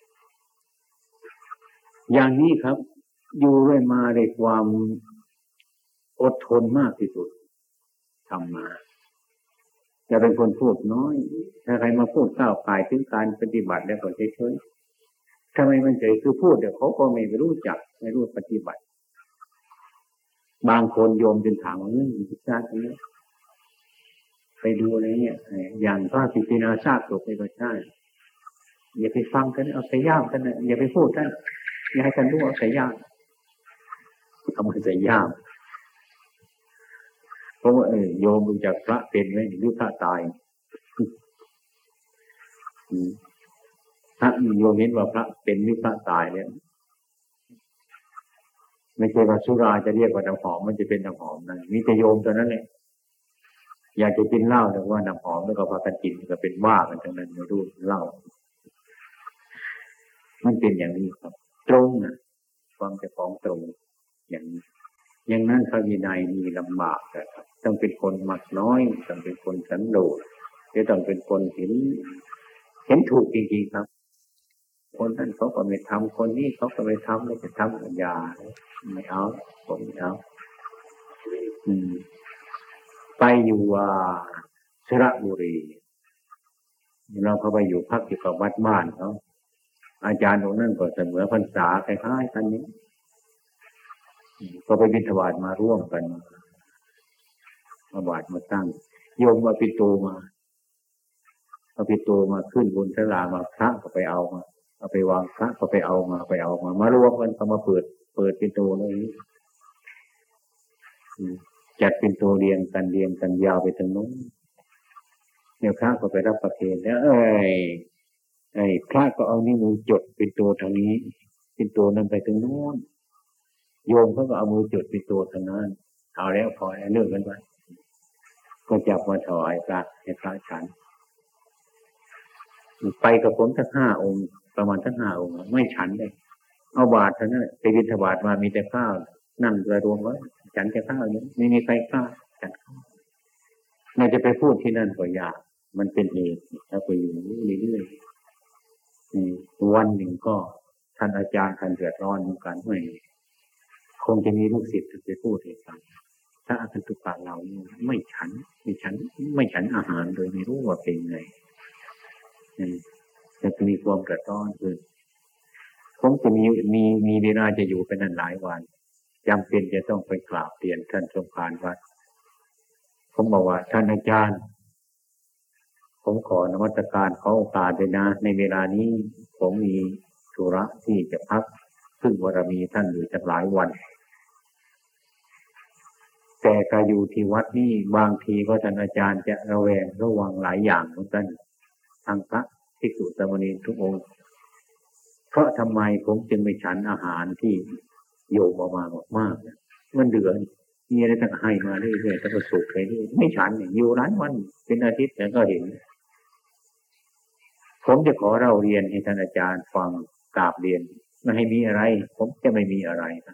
ครับอยู่ด้วยมาด้วยความอดทนมากที่สุดทำมาจะเป็นคนพูดน้อยถ้าใครมาพูดก้าวไก่ถึงการปฏิบัติแล้วก็เฉยๆทำไมมันเฉยคือพูดเดี๋ยวเขาก็ไม่รู้จักไม่รู้ปฏิบัติบางคนโยมจนถามว่าพิจารณาไปดูอะไรเนี่ยอย่างพระกิตินาซากศพในก็ใช่อย่าไปฟังกันเอาใส่ย่ามกันนะอย่าไปพูดกันอย่าให้กันรู้เอาใส่ย่ามเอามาใส่ย่ามเพราะว่าโยมรู้จักพระเป็นไหมหรือพระตายถ้าโยมเห็นว่าพระเป็นหรือพระตายเนี่ยไม่ใช่ว่าสุราจะเรียกว่าน้ำหอมมันจะเป็นน้ำหอมนะมีแต่โยมตัวนั้นแหละอยากจะกินเหล้าแต่ว่าน้ำหอมแล้วก็พากันกินก็เป็นว่ากันทั้งนั้นไม่รู้เหล้ามันเป็นอย่างนี้ครับตรงนะความจะของตรงอย่างนี้อย่างนั้นพระวินัยมีลำบากนะครับต้องเป็นคนมักน้อยต้องเป็นคนสันโดษจะต้องเป็นคนเห็นถูกจริงๆครับคนนั้นเขาก็ไม่ทำคนนี้เขาก็ไม่ทำแล้วจะทำกัญญาไม่เอาผมไม่เอาไปอยู่สระบุรีเราเขาไปอยู่พักอยู่กับวัดบ้านเขาอาจารย์ตรงนั้นก็เสมอพรรษาคล้ายๆกันนี้ก็ไปบิณฑบาตมาร่วมกันมาบาตมาตั้งโยมมาปิโตมาเอาปิโตมาขึ้นบนศาลามาพระก็ไปเอามาเอาไปวางพระก็ไปเอามามารวมกันก็มาเปิดปิโตเลยจัดปิโตเรียงกันยาวไปถึงนู้นเดี๋ยวพระก็ไปรับประเคนแล้วพระก็เอานิ้วมือจดปิโตทางนี้ปิโตนั้นไปถึงนู้นโยมเขาก็เอามือจดปิโตทางนั้นเอาแล้วพอเลิกกันไปก็จับมาถวายพระให้พระฉันไปกับผมทั้ง5 องค์ประมาณทั้ง5 องค์ไม่ฉันเลยเอาบาตรเท่านั้นไปบิณฑบาตมามีแต่ข้าวนั่งระรวมไว้ฉันแต่ข้าวนี้ไม่มีใครกล้าฉันเราจะไปพูดที่นั่นก็ยากมันเป็นเองถ้าไปอยู่เรื่อยๆวันหนึ่งก็ท่านอาจารย์ท่านเดือดร้อนเหมือนกันไม่คงจะมีลูกศิษย์ไปพูดให้ฟังถ้าอาคันตุกะเราไม่ฉันอาหารโดยไม่รู้ว่าเป็นไงจะมีความเดือดร้อนขึ้นผมจะมีเวลาจะอยู่เป็นหลายวันจำเป็นจะต้องไปกราบเรียนท่านสมภารวัดผมบอกว่าท่านอาจารย์ผมขอนมัสการขอโอกาสด้วยนะในเวลานี้ผมมีธุระที่จะพักซึ่งบารมีท่านอยู่จะหลายวันแต่การอยู่ที่วัดนี้บางทีก็ท่านอาจารย์จะระแวงระวังหลายอย่างเหมือนกันทางพระภิกษุสามเณรทุกองค์เพราะทำไมผมจึงไม่ฉันอาหารที่โยมออกมามากๆมันเดือดมีอะไรตั้งให้มาเรื่อยๆตั้งประสบไปเรื่อยไม่ฉันอยู่หลายวันเป็นอาทิตย์แต่ก็เห็นผมจะขอเล่าเรียนให้ท่านอาจารย์ฟังกราบเรียนไม่ให้มีอะไรผมจะไม่มีอะไรนะ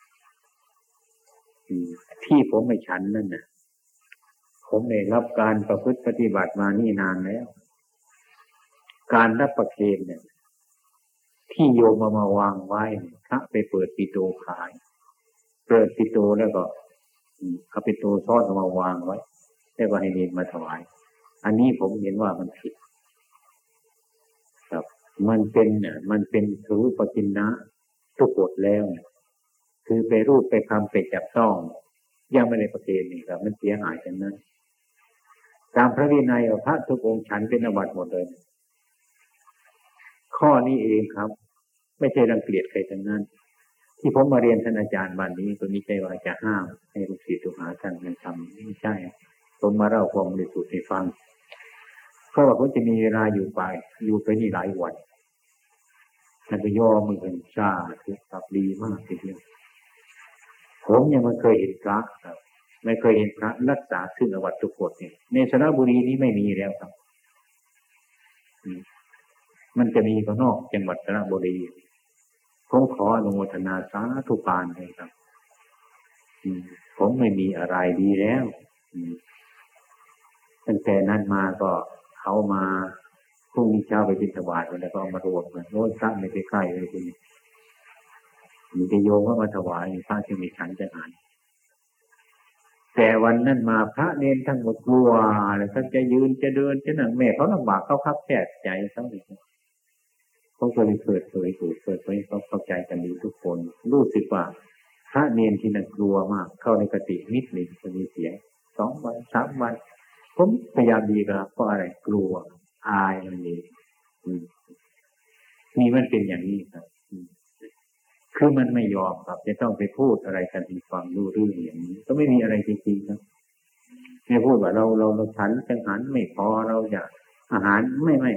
ที่ผมไม่ฉันนั่นน่ะผมได้รับการประพฤติปฏิบัติมานี่นานแล้วการรับประเคนเนี่ยที่โยมมาวางไว้พระไปเปิดปิโตขายเปิดปิโตแล้วก็เอาปิโตซ่อนมาวางไว้แล้วก็ให้เนรมาถวายอันนี้ผมเห็นว่ามันผิดครับมันเป็นรูปกินนะทุกกฎแล้วคือไปรูปไปคำไปจับต้องยังไม่ได้ประเคนนี่ครับมันเสียหายกันนั้นตามพระวินัยพระทุกองค์ฉันเป็นอาบัติหมดเลยข้อนี้เองครับไม่ใช่รังเกียจใครทั้งนั้นที่ผมมาเรียนท่านอาจารย์วันนี้ก็ไม่ใช่ว่าจะห้ามให้ลูกศิษย์ลูกหาท่านมันทำไม่ใช่ผมมาเล่าความบริสุทธิ์ให้ฟังเพราะว่าผมจะมีเวลาอยู่ไปนี่หลายวันท่านไปย่อมือกันชาคือครับดีมากทีเดียวผมยังไม่เคยเห็นพระครับไม่เคยเห็นพระรักษาซึ่งอาบัติทุกกฎเนี่ยในสระบุรีนี้ไม่มีแล้วครับมันจะมีก็นอกจังหวัดสระบุรีผมขออนุโมทนาสาธุการเลยครับผมไม่มีอะไรดีแล้วตั้งแต่นั้นมาก็เขามาพรุ่งนี้เช้าไปบิณฑบาตแล้วก็มารวมกันโน้นพระไม่ไปใกล้เลยทีนี้มีแต่โยมก็มาถวายพระที่มีฉันจะอ่านแต่วันนั้นมาพระเนรทั้งหมดกลัวแล้วท่านจะยืนจะเดินจะนั่งแม่เขาลำบากเขาคับแคบใจเขาเลยเขาก็เลยเปิดเผยเขาเข้าใจกันดีทุกคนรู้สึกว่าพระเนรที่นั่นกลัวมากเข้าในกตินิดหนึ่งจะมีเสียง2 วัน 3 วันผมพยายามดีครับเพราะอะไรกลัวอายมันนี่นี่มันเป็นอย่างนี้ครับคือมันไม่ยอมครับจะต้องไปพูดอะไรกันให้ฟังรู้เรื่องอย่างนี้ก็ไม่มีอะไรจริงๆครับไม่พูดว่าเราฉันจังหันไม่พอเราอยากอาหารไม่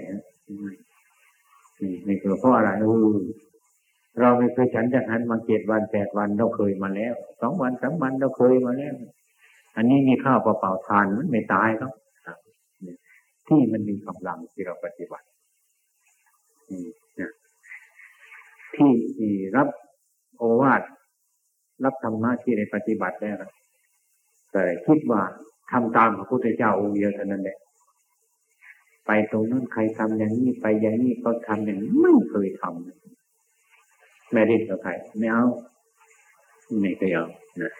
เพราะอะไรเราไม่เคยฉันจังหันมา7 วัน8 วันเราเคยมาแล้ว2 วัน3 วันเราเคยมาแล้วอันนี้มีข้าวเปล่าๆทานมันไม่ตายครับที่มันมีกำลังที่เราปฏิบัติที่รับโอวาทรับธรรมะที่ได้ปฏิบัติแล้วแต่คิดว่าทำตามพระพุทธเจ้าองค์เดียวเท่านั้นแหละไปตรงนั้นใครทำอย่างนี้ไปอย่างนี้เขาทำอย่างนี้ไม่เคยทำแม่ดิ้นกับใครไม่เอาไม่เคยเอานะ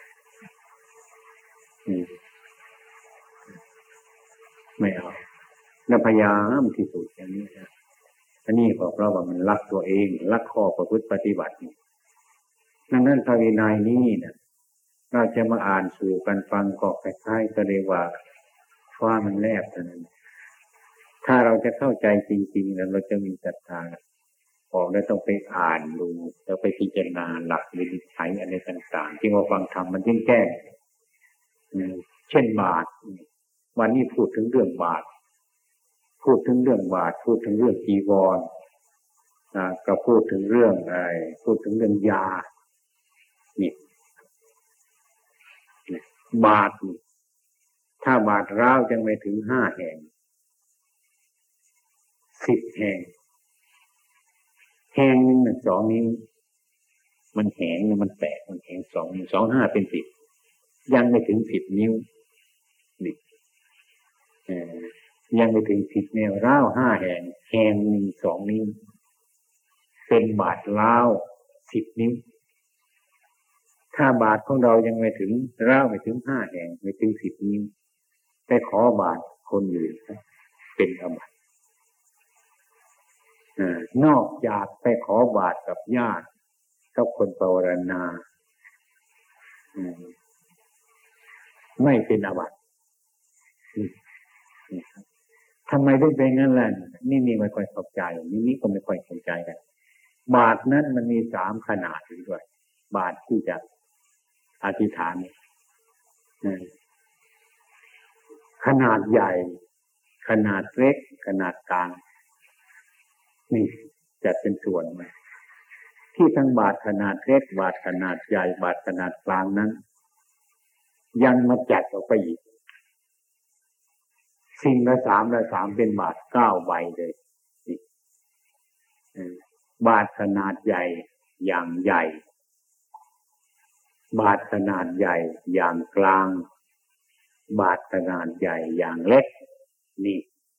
ไม่เอาแล้วพยายามที่สุดอย่างนี้นะอันนี้ก็เพราะว่ามันรักตัวเองรักข้อประพฤติปฏิบัติดังนั้นพระวินัยนี้นะเราจะมาอ่านสู่กันฟังก็คล้ายๆก็เรียกว่าฟ้ามันแลบเท่านั้นถ้าเราจะเข้าใจจริงๆแล้วเราจะมีศรัทธาออกแล้วต้องไปอ่านดูแล้วไปพิจารณาหลักวินิจฉัยอะไรต่างๆที่ว่าฟังธรรมมันยิ่งแก้เช่นบาตรวันนี้พูดถึงเรื่องบาตรพูดถึงเรื่องบาตรพูดถึงเรื่องจีวรก็พูดถึงเรื่องอะไรพูดถึงเรื่องยานี่บาตรถ้าบาตรร้าวยังไม่ถึง5 แห่ง10 แห่งแห่งหนึ่ง2 นิ้วมันแหงมันแตกมันแหง2 นิ้ว2 5เป็น10ยังไม่ถึง10 นิ้วนี่ยังไม่ถึง10 นิ้วร้าว5 แห่งแห่งหนึ่ง2 นิ้วเป็นบาตรร้าว10 นิ้วถ้าบาตรของเรายังไม่ถึงร้าวไม่ถึง5 แห่งไม่ถึง10 นิ้วไปขอบาตรคนอื่นเป็นอาบัตินอกจากไปขอบาตรกับญาติกับคนภาวนาไม่เป็นอาบัติทำไมได้เป็นงั้นล่ะนี่ไม่ค่อยเข้าใจนี่ก็ไม่ค่อยเข้าใจกันบาตรนั้นมันมี3 ขนาดด้วยบาตรที่จะอธิษฐานขนาดใหญ่ขนาดเล็กขนาดกลางนี่จัดเป็นส่วนมาที่ทั้งบาตรขนาดเล็กบาตรขนาดใหญ่บาตรขนาดกลางนั้นยังมาจัดออกไปอีกสิ่งละ3เป็นบาตร9 ใบเลยบาตรขนาดใหญ่อย่างใหญ่บาตรขนาดใหญ่อย่างกลางบาตรขนาดใหญ่อย่างเล็กนี่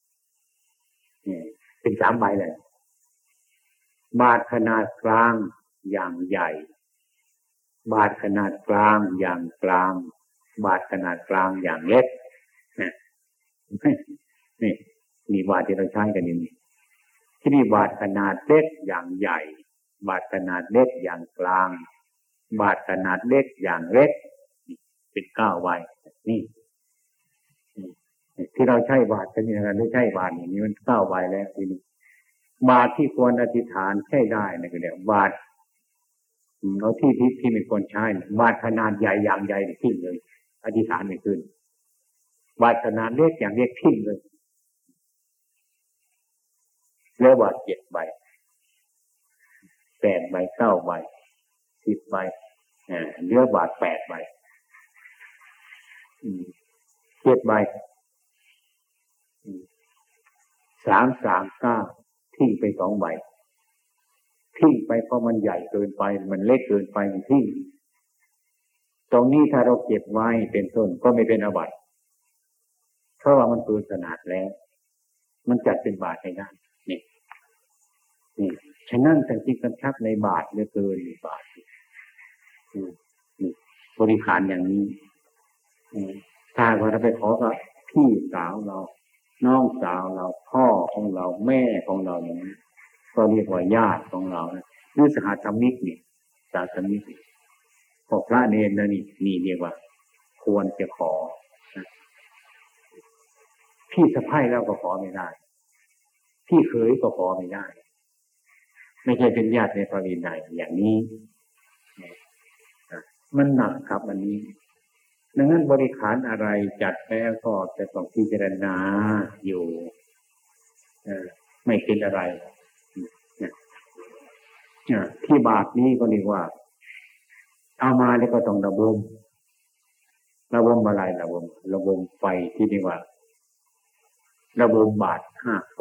เป็น3 ใบเลยบาตรขนาดกลางอย่างใหญ่บาตรขนาดกลางอย่างกลางบาตรขนาดกลางอย่างเล็กนี่บาตรที่เราใช้กันนี่ที่นี่บาตรขนาดเล็กอย่างใหญ่บาตรขนาดเล็กอย่างกลางบาตรขนาดเล็กอย่างเล็กเป็น9 ใบนี่ที่เราใช้บาตรกันนี่เราไม่ใช่บาตรอย่างนี้มัน9 ใบแล้วทีนี้บาตรที่ควรอธิษฐานใช้ได้นะก็เรียกบาตรเอาที่ไม่ควรใช้บาตรขนาดใหญ่อย่างใหญ่ทิ้งเลยอธิษฐานไม่ขึ้นบาตรขนาดเล็กอย่างเล็กทิ้งเลยแล้วบาตร7 ใบ8 ใบ9 ใบ10 ใบเหลือบาตร8 ใบ7 ใบ339ทิ้งไป2 ใบทิ้งไปเพราะมันใหญ่เกินไปมันเล็กเกินไปมันทิ้งตรงนี้ถ้าเราเก็บไว้เป็นต้นก็ไม่เป็นอาบัติเพราะว่ามันเกินขนาดแล้วมันจัดเป็นบาตรได้นี่ฉะนั้นท่านจึงกำชับในบาตรเหลือเกินบาตรบริหารอย่างนี้ถ้าเราไปขอกับพี่สาวเราน้องสาวเราพ่อของเราแม่ของเราอย่างนี้ก็เรียกว่าญาติของเราหรือสหธรรมิกนี่สหธรรมิกพอพระเนรนี่เรียกว่าควรจะขอพี่สะใภ้เราก็ขอไม่ได้พี่เขยก็ขอไม่ได้ไม่ใช่เป็นญาติในพระวินัยอย่างนี้มันหนักครับอันนี้ดังนั้นบริขารอะไรจัดแล้วก็จะต้องพิจารณาอยู่ไม่เป็นอะไรที่บาทนี้ก็เรียกว่าเอามาแล้วก็ต้องระบมอะไรระบมไฟที่เรียกว่าระบมบาท5 ไฟ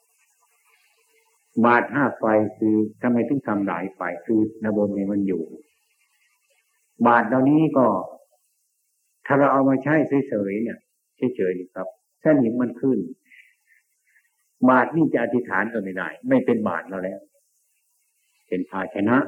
บาท5 ไฟคือทำไมถึงทำหลายไฟคือระบมเนี่ยมันอยู่บาทเหล่านี้ก็ถ้าเราเอามาใช้เฉยๆเนี่ยเฉยๆนี่ครับสนิมมันขึ้นบาทนี่จะอธิษฐานก็ไม่ได้ไม่เป็นบาทเราแล้วเป็นภาชนะ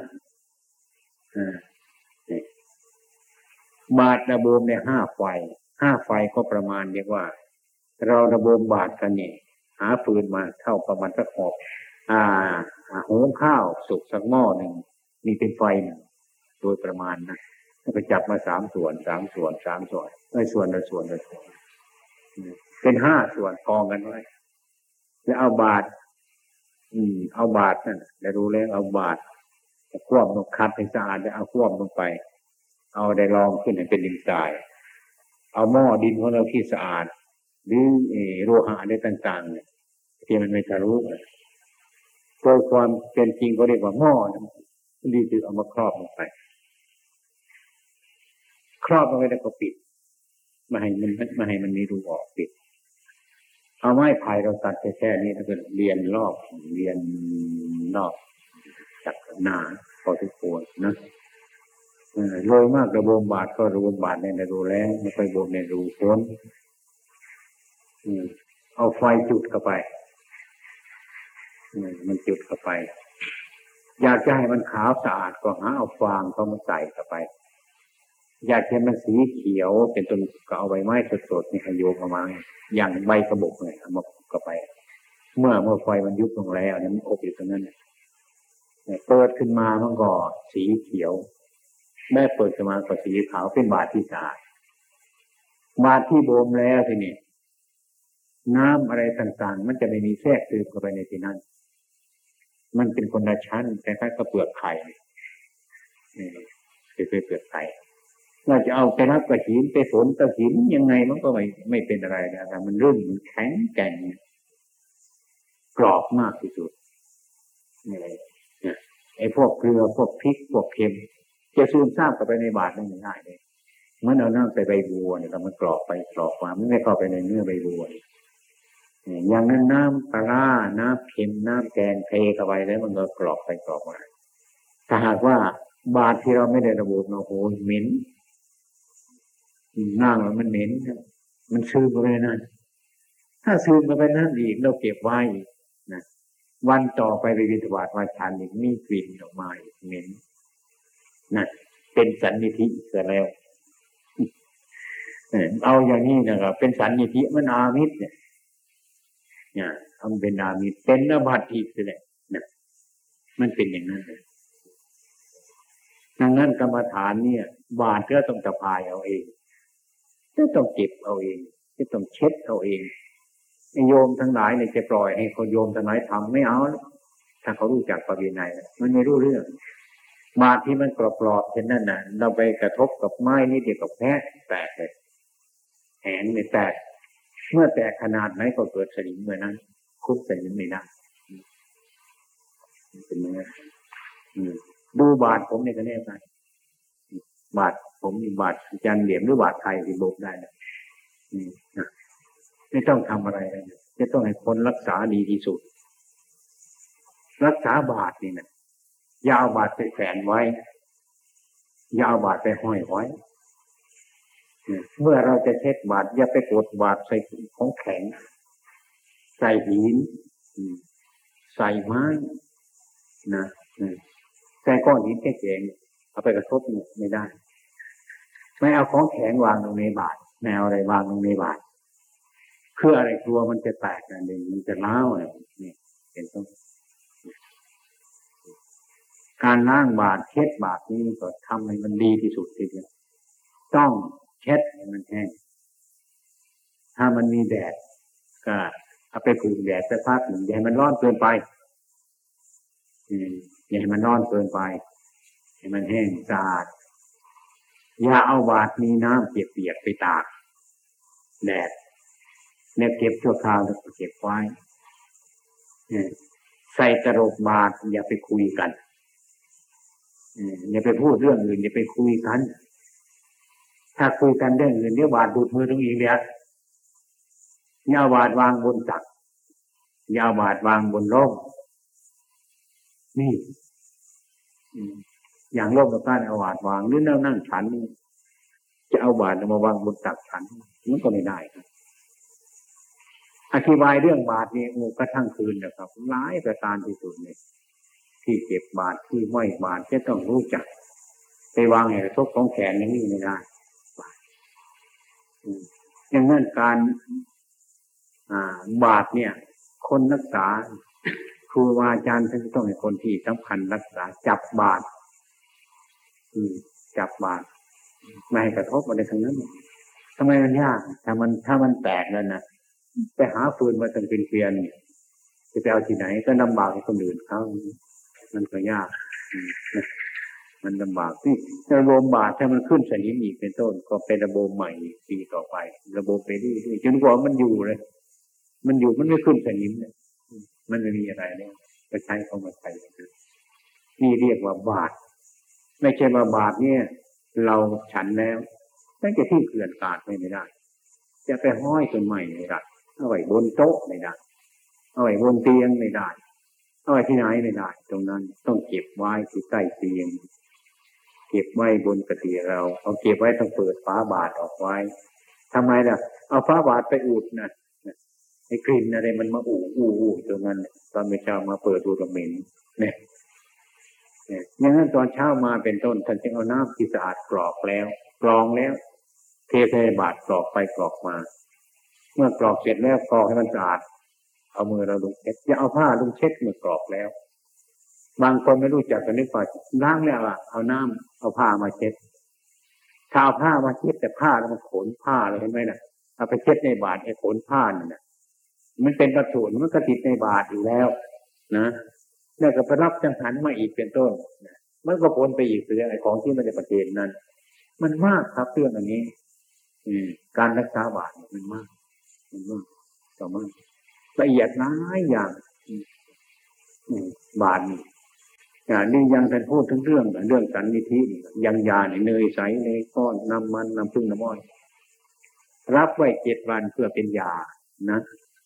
บาทระบมใน5 ไฟ5 ไฟก็ประมาณเรียกว่าเราระบมบาทกันเนี่ยหาฟืนมาเท่าประมาณสักหอบหุงข้าวสุกสักหม้อหนึ่งมีเป็นไฟหนึ่งโดยประมาณนะแล้วก็จับมา3 ส่วนไม่ส่วนละส่วนเป็น5 ส่วนกองกันไว้แล้วเอาบาทเอาบาทนั่นแล้วรู้แล้วเอาบาทคว่ำลงคัดให้สะอาดแล้วเอาคว่ำลงไปเอาได้รองขึ้นให้เป็นดินทรายเอาหม้อดินของเราที่สะอาดหรือโลหะอะไรต่างๆเนี่ยที่มันไม่ทะลุโดยความเป็นจริงก็เรียกว่าหม้อดีคือเอามาครอบลงไปครอบลงไปแล้วก็ปิดไม่ให้มันมีรูออกปิดเอาไม้ไผ่เราตัดแค่นี้แล้วก็เรียนรอบจากหนาพอทุกคนนะโดยมากระบมบาทก็ระบมบาทในรูแล้วไม่ค่อยบมในรูพ้นเอาไฟจุดเข้าไปมันจุดเข้าไปอยากจะให้มันขาวสะอาดก็หาเอาฟางเข้ามาใส่เข้าไปอยากให้มันสีเขียวเป็นต้นก็เอาใบไม้สดๆนี่โยกออกมาอย่างใบกระบอกเนี่ยเอามาเข้าไปเมื่อไฟมันยุบลงแล้วเนี่ยมันอบอยู่ตรงนั้นเปิดขึ้นมามันก็สีเขียวแม่เปิดขึ้นมาก็สีขาวเป็นบาทที่สะอาดบาทที่บ่มแล้วทีนี้น้ำอะไรต่างๆมันจะไม่มีแทรกซึมเข้าไปในที่นั้นมันเป็นคนละชั้นคล้ายๆกับเปลือกไข่เป็นเปลือกไข่เราจะเอาไปรับกระหินไปฝนกระหินยังไงมันก็ไม่เป็นอะไรนะแต่มันรุ่นมันแข็งแกร่งกรอบมากที่สุดไอ้พวกเกลือพวกพริกพวกเค็มจะซึมซาบเข้าไปในบาตรได้ไม่ได้เลยเมื่อเรานั่งใส่ใบบัวเนี่ยเรามันกรอบไปกรอบมาไม่เข้าไปในเนื้อใบบัวอย่างนั้นน้ำปลาน้ำเค็มน้ำแกงเทเข้าไปแล้วมันก็กรอบไปกรอบมาถ้าหากว่าบาตรที่เราไม่ได้ระบุโอ้โหเหม็นนั่งแล้วมันเหม็นมันซึมไปเลยนั่นถ้าซึมไปนั่นอีกเราเก็บไว้นะวันต่อไปบิณฑบาตวันฉันอีกมีกลิ่นออกมาอีกเหม็นนั่นเป็นสันนิธิเสียแล้วเอาอย่างนี้นะครับเป็นสันนิธิมันอามิตรเนี่ยทำเป็นอามิตรเป็นอบัติอีกเลยนะมันเป็นอย่างนั้นเลยดังนั้นกรรมฐานเนี่ยบาตรก็ต้องสะพายเอาเองจะต้องเก็บเอาเองจะต้องเช็ดเอาเองโยมทั้งหลายเนี่ยจะปล่อยให้คนโยมทั้งหลายทำไม่เอาถ้าเขารู้จักประเพณีมันไม่รู้เรื่องบาตรที่มันกรอบๆเช่นนั้นน่ะเราไปกระทบกับไม้นี่เดียวกับแพ้แตกเลยแหนเนี่ยแตกเมื่อแตกขนาดไหนก็เกิดสนิมเหมือนนั้นคุบสนิมไม่ได้เป็นยังไงดูบาตรผมเนี่ยก็แน่ใจบาตรผมมีบาตรจันเหลี่ยมหรือบาตรไทยที่โบกได้นะไม่ต้องทำอะไรเลยจะต้องให้คนรักษาดีที่สุดรักษาบาตรนี่นะอย่าเอาบาตรไปแขวนไว้อย่าเอาบาตรไปห้อยไว้เมื่อเราจะเช็ดบาตรอย่าไปกดบาตรใส่ของแข็งใส่หินใส่ไม้นะใส่ก้อนหินแข็งเอาไปกระทบไม่ได้ไม่เอาของแข็งวางลงในบาตรไม่เอาอะไรวางลงในบาตรเพื่ออะไรกลัวมันจะแตกนั่นเองมันจะล้าวอะไรนี่เป็นต้นการล้างบาตรเช็ดบาตรนี่ก็ทำให้มันดีที่สุดทีเดียวต้องเช็ดให้มันแห้งถ้ามันมีแดดก็เอาไปผูกแดดไปพักหนึ่งอย่าให้มันร้อนเกินไปอย่าให้มันร้อนเกินไปให้มันแห้งสะอาดอย่าเอาบาตรมีน้ำเปียกๆไปตากแดดเนี่ยเก็บชั่วคราวแล้วเก็บไว้ใส่กระโหลกบาตรอย่าไปคุยกันอย่าไปพูดเรื่องอื่นอย่าไปคุยกันถ้าคุยกันเรื่องอื่นเดี๋ยวบาตรดูดมือตรงอีกแล้วอย่าบาตรวางบนตักอย่าบาตรวางบนร่มนี่อย่างร่มกับการเอาบาตรวางหรือนั่งฉันจะเอาบาตรมาวางบนตักฉันมันก็ไม่ได้ครับอธิบายเรื่องบาตรนี่กระทั่งคืนนะครับหลายประการที่สุดเนี่ยที่เก็บบาตรที่ไม่บาตรจะต้องรู้จักไปวางให้กระทบของแขนอย่างนี้ไม่ได้อย่างนั้นการบาตรเนี่ยคนรักษาครูอาจารย์ท่านต้องให้คนที่สำคัญรักษาจับบาตรจับบาตรไม่ให้กระทบอะไรทั้งนั้นทำไมมันยากถ้ามันแตกแล้วนะไปหาฟืนมาตั้งเป็นเกวียนจะไปเอาที่ไหนก็ลำบากให้คนอื่นเขามันก็ยากมันลำบากที่ระบบ บาตรถ้ามันขึ้นสนิมอีกเป็นต้นก็เป็นระบบใหม่ปีต่อไประบบไปเรื่อยๆจนกว่ามันอยู่เลยมันอยู่มันไม่ขึ้นสนิมเนี่ยมันไม่มีอะไรเนี่ยก็ใช้เข้ามาใช้นี่เรียกว่าบาตรไม่ใช่ว่าบาตรเนี่ยเราฉันแล้วตั้งแต่ที่เกลื่อนกลาดไม่ได้จะไปห้อยต้นไม้ไม่ได้เอาไว้บนโต๊ะไม่ได้เอาไว้บนเตียงไม่ได้เอาไว้ที่ไหนไม่ได้ตรงนั้นต้องเก็บไว้ที่ใต้เตียงเก็บไว้บนกระเตียงเราเอาเก็บไว้ต้องเปิดฝาบาตรออกไว้ทำไมล่ะเอาฝาบาตรไปอุดนะไอ้กลิ่นอะไรมันมาอู้ตรงนั้นตอนเช้ามาเปิดดูตรงเหม็นเนี่ยอย่างนั้นตอนเช้ามาเป็นต้นท่านจึงเอาน้ำที่สะอาดกรอกแล้วกรองแล้วเทใส่บาตรกรอกไปกรอกมาเมื่อกรอกเสร็จแล้วกรอกให้มันสะอาดเอามือเราลงเช็ดอย่าเอาผ้าลงเช็ดเมื่อกรอกแล้วบางคนไม่รู้จักกันนึกว่าล้างแล้วเอาน้ำเอาผ้ามาเช็ดถ้าเอาผ้ามาเช็ดแต่ผ้าแล้วมันขนผ้าเลยเห็นไหมน่ะเอาไปเช็ดในบาตรไอ้ขนผ้านั่นน่ะมันเป็นวัตถุมันก็ติดในบาตรอยู่แล้วนะแล้วก็ไปรับจังหันมาอีกเป็นต้นมันก็พ้นไปอีกเรื่องไอ้ของที่มันจะประเทศนั้นมันมากครับเรื่องอันนี้การรักษาบาตรมันมากต่อมาละเอียดน้อยอย่างบาตรนี่ยังท่านพูดถึงเรื่องสันนิธิยังยาเนยใสเนยก้อนน้ำมันน้ำผึ้งน้ำอ้อยรับไว้7 วันเพื่อเป็นยานะ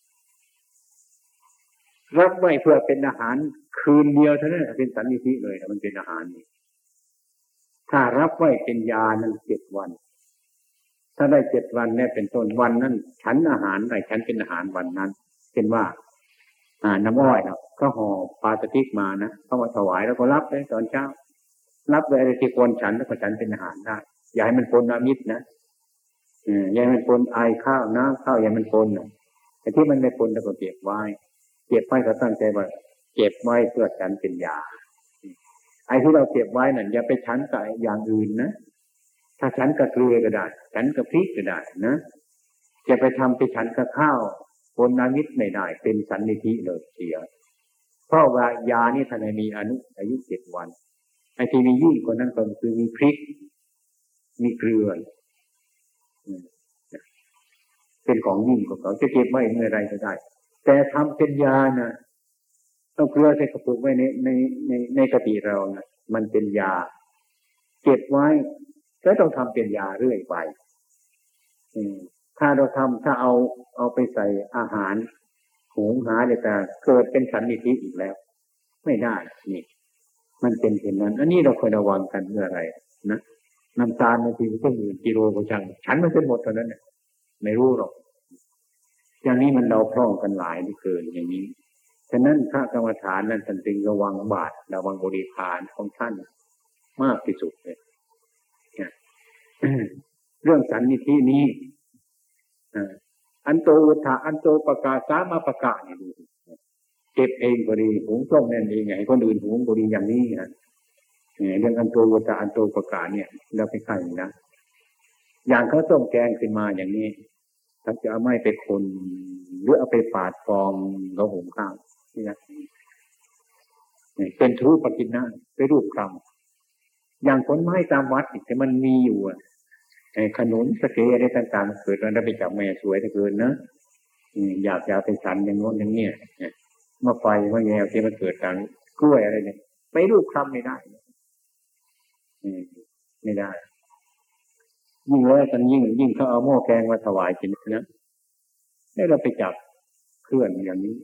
รับไว้เพื่อเป็นอาหารคืนเดียวเท่านั้นเป็นสันนิธิเลยมันเป็นอาหารนี่ถ้ารับไว้เป็นยานั้น7 วันถ้าได้7 วันเนี่ยเป็นต้นวันนั้นฉันอาหารได้ฉันเป็นอาหารวันนั้นเป็นว่าน้ำอ้อยนะก็ห่อปลาสติกมานะเข้ามาถวายแล้วก็รับเลยตอนเช้ารับเลยอะไรที่ควรฉันแล้วก็ฉันเป็นอาหารได้อย่าให้มันปนอามิตรนะอย่าให้มันปนไอข้าวน้ำข้าวอย่ามันปนนะแต่ที่มันไม่ปนแล้วก็เก็บไว้ก็ตั้งใจว่าเก็บไว้เพื่อฉันเป็นยาไอ้ที่เราเก็บไว้นั่นอย่าไปฉันกับอย่างอื่นนะถ้าฉันกับเกลือก็ได้ฉันกับพริกก็ได้นะจะไปทำไปฉันกับข้าวปนอามิตรไม่ได้เป็นสันนิธิเลยเสียเพราะว่ายานี่ท่านมีอายุ7 วันไอ้ที่มียิ่งกว่านั้นก็คือมีพริกมีเกลือเป็นของยิ่งกว่าเขาจะเก็บไว้เมื่อไรก็ได้แต่ทำเป็นยานะต้องเกลือใส่กระปุกไว้ในกระติเรานะมันเป็นยาเก็บไว้ก็ต้องทำเป็นยาเรื่อยไปถ้าเราทำถ้าเอาไปใส่อาหารหุงหาเดี๋ยวจะเกิดเป็นสันนิธิอีกแล้วไม่ได้นี่มันเป็นเช่นนั้นอันนี้เราควรระวังกันเมื่อไรนะน้ำตาลบางทีก็10,000 กิโลก็ช่างฉันมันเป็นหมดเท่านั้นเนี่ยไม่รู้หรอกอย่างนี้มันเราพร่องกันหลายนี่เกินอย่างนี้ฉะนั้นพระกรรมฐานนั้นท่านจึงระวังบาตรระวังบริพารของท่านมากที่สุดเลยเรื่องสันนิธินี้อันโตอุทาอันโตปกาสามาปกาเนี่ยดูเก็บเองก็ดีหุงต้มนั่นเองไงคนอื่นหุงก็ดีอย่างนี้นะเรื่องอันโตอุทาอันโตปกาเนี่ยเราไปใส่นะอย่างเขาต้มแกงขึ้นมาอย่างนี้เขาจะเอาไม้ไปคนรือเอาไปปาดฟองเราหุงข้าวนี่นะเป็นทุปกินนะไปรูปคำอย่างผลไม้ตามวัดที่มันมีอยู่ขนุนสเกอะไรต่างๆเกิดมันได้ไปจับแม่สวยแต่เกินนะอยากจะไปฉันอย่างโน้นอย่างเนี้ยมาไฟมาแง่ที่มันเกิดการกล้วยอะไรเนี่ยไปรูปคำไม่ได้ไม่ได้ยิ่งเลยกันยิ่งเขาเอาหม้อแกงมาถวายกินนะให้เราไปจับเคลื่อนอย่างนี้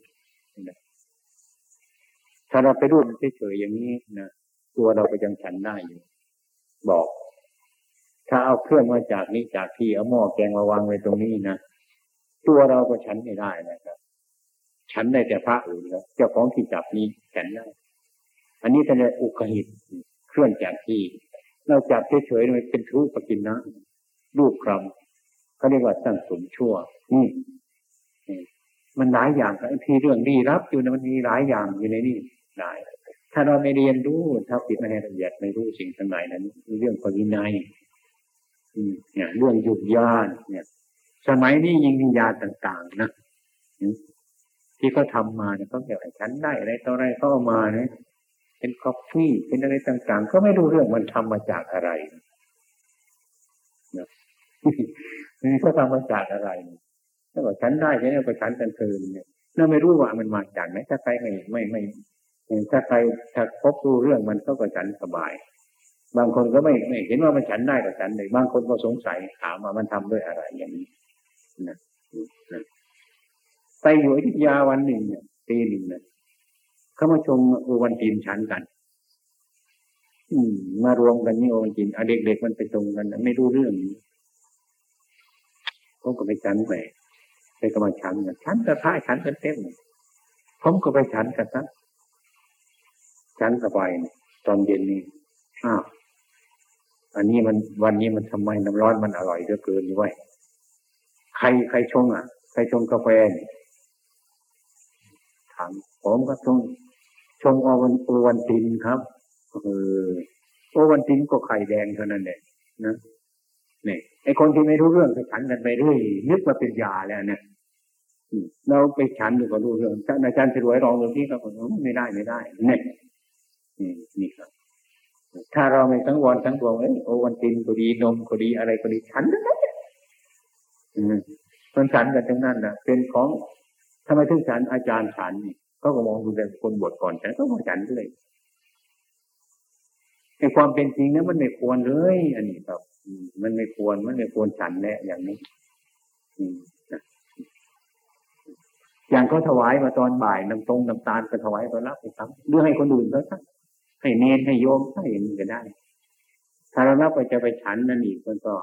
ถ้าเราไปรูปเฉยๆอย่างนี้นะตัวเราก็ยังฉันได้อยู่บอกถ้าเอาเครื่องมาจากนี้จากที่เอาหม้อแกงมาวางไว้ตรงนี้นะตัวเราก็ฉันไม่ได้นะครับฉันได้แต่พระอื่นแล้วเจ้าของที่จับนี้ฉันได้อันนี้จะเรียกอุกหิตเคลื่อนจากที่เราจับเฉยๆมันเป็นทุปกินนะรูปคำเขาเรียกว่าตั้งสมชั่วนี่มันหลายอย่างไอ้ที่เรื่องลี้ลับอยู่นะมันมีหลายอย่างอยู่ในนี่ได้ถ้าเราไม่เรียนรู้ถ้าปิดไม่ให้ละเอียดไม่รู้สิ่งทั้งหลายนั้นเรื่องปรินัยเนี่ยเรื่องยุบยานเนี่ยสมัยนี้ยิ่งมียาต่างๆนะที่เขาทำมาเนี่ยเขาเกี่ยวกับฉันได้อะไรต่ออะไรเขาเอามาเนี่ยเป็นกาแฟเป็นอะไรต่างๆก็ไม่รู้เรื่องมันทำมาจากอะไรนะนี่เขาทำมาจากอะไรถ้าว่าฉันได้เนี่ยก็ฉันกันคืนเนี่ยเราไม่รู้ว่ามันมาจากไหนถ้าใครไม่ถ้าใครถ้าพบรู้เรื่องมันก็ฉันสบายบางคนก็ไม่เห็นว่ามันฉันได้ก็ฉันเลยบางคนก็สงสัยถามว่ามันทำด้วยอะไรอย่างนี้นะไปอยู่อยุธยาวันหนึ่งเนี่ยปีหนึ่งเนี่ยเขามาชมโอวันตินฉันกันมารวมกันนี่โอวันตินเด็กๆมันไปตรงกันไม่รู้เรื่องผมก็ไปฉันไปกำลังฉันกันฉันกระทะฉันกันเต็มผมก็ไปฉันกันซะฉันสบายตอนเย็นนี่อันนี้มันวันนี้มันทำไมน้ำร้อนมันอร่อยเหลือเกินนี่ไว้ใครชงใครชงกาแฟถามผมก็ชงโอวันตินครับโอวันตินก็ไข่แดงเท่านั้นเองนะเนี่ยไอคนที่ไม่รู้เรื่องไปฉันกันไปเรื่อยนึกว่าเป็นยาแล้วเนี่ยเราไปฉันอยู่ก็รู้เรื่องอาจารย์สรวยรองตรงนี้ก็บอกไม่ได้เนี่ยนี่ครับถ้าเราไม่สังวรสังรวมโอวันตินก็ดีนมก็ดีอะไรก็ดีฉันกันคนฉันกันทั้งนั้นนะเป็นของทำไมถึงฉันอาจารย์ฉันนี่เขาก็มองดูแต่คนบวชก่อนฉันก็มองฉันด้วยในความเป็นจริงนั้นมันไม่ควรเลยอันนี้ครับมันไม่ควรฉันแน่อย่างนี้อย่างเขาถวายมาตอนบ่ายน้ำตาลก็ถวายตอนรับไปซ้ำหรือให้คนอื่นก็สักให้เนรให้โยมให้เห็นก็ได้ถ้าเรารับไปจะไปฉันนั่นอีกมันก็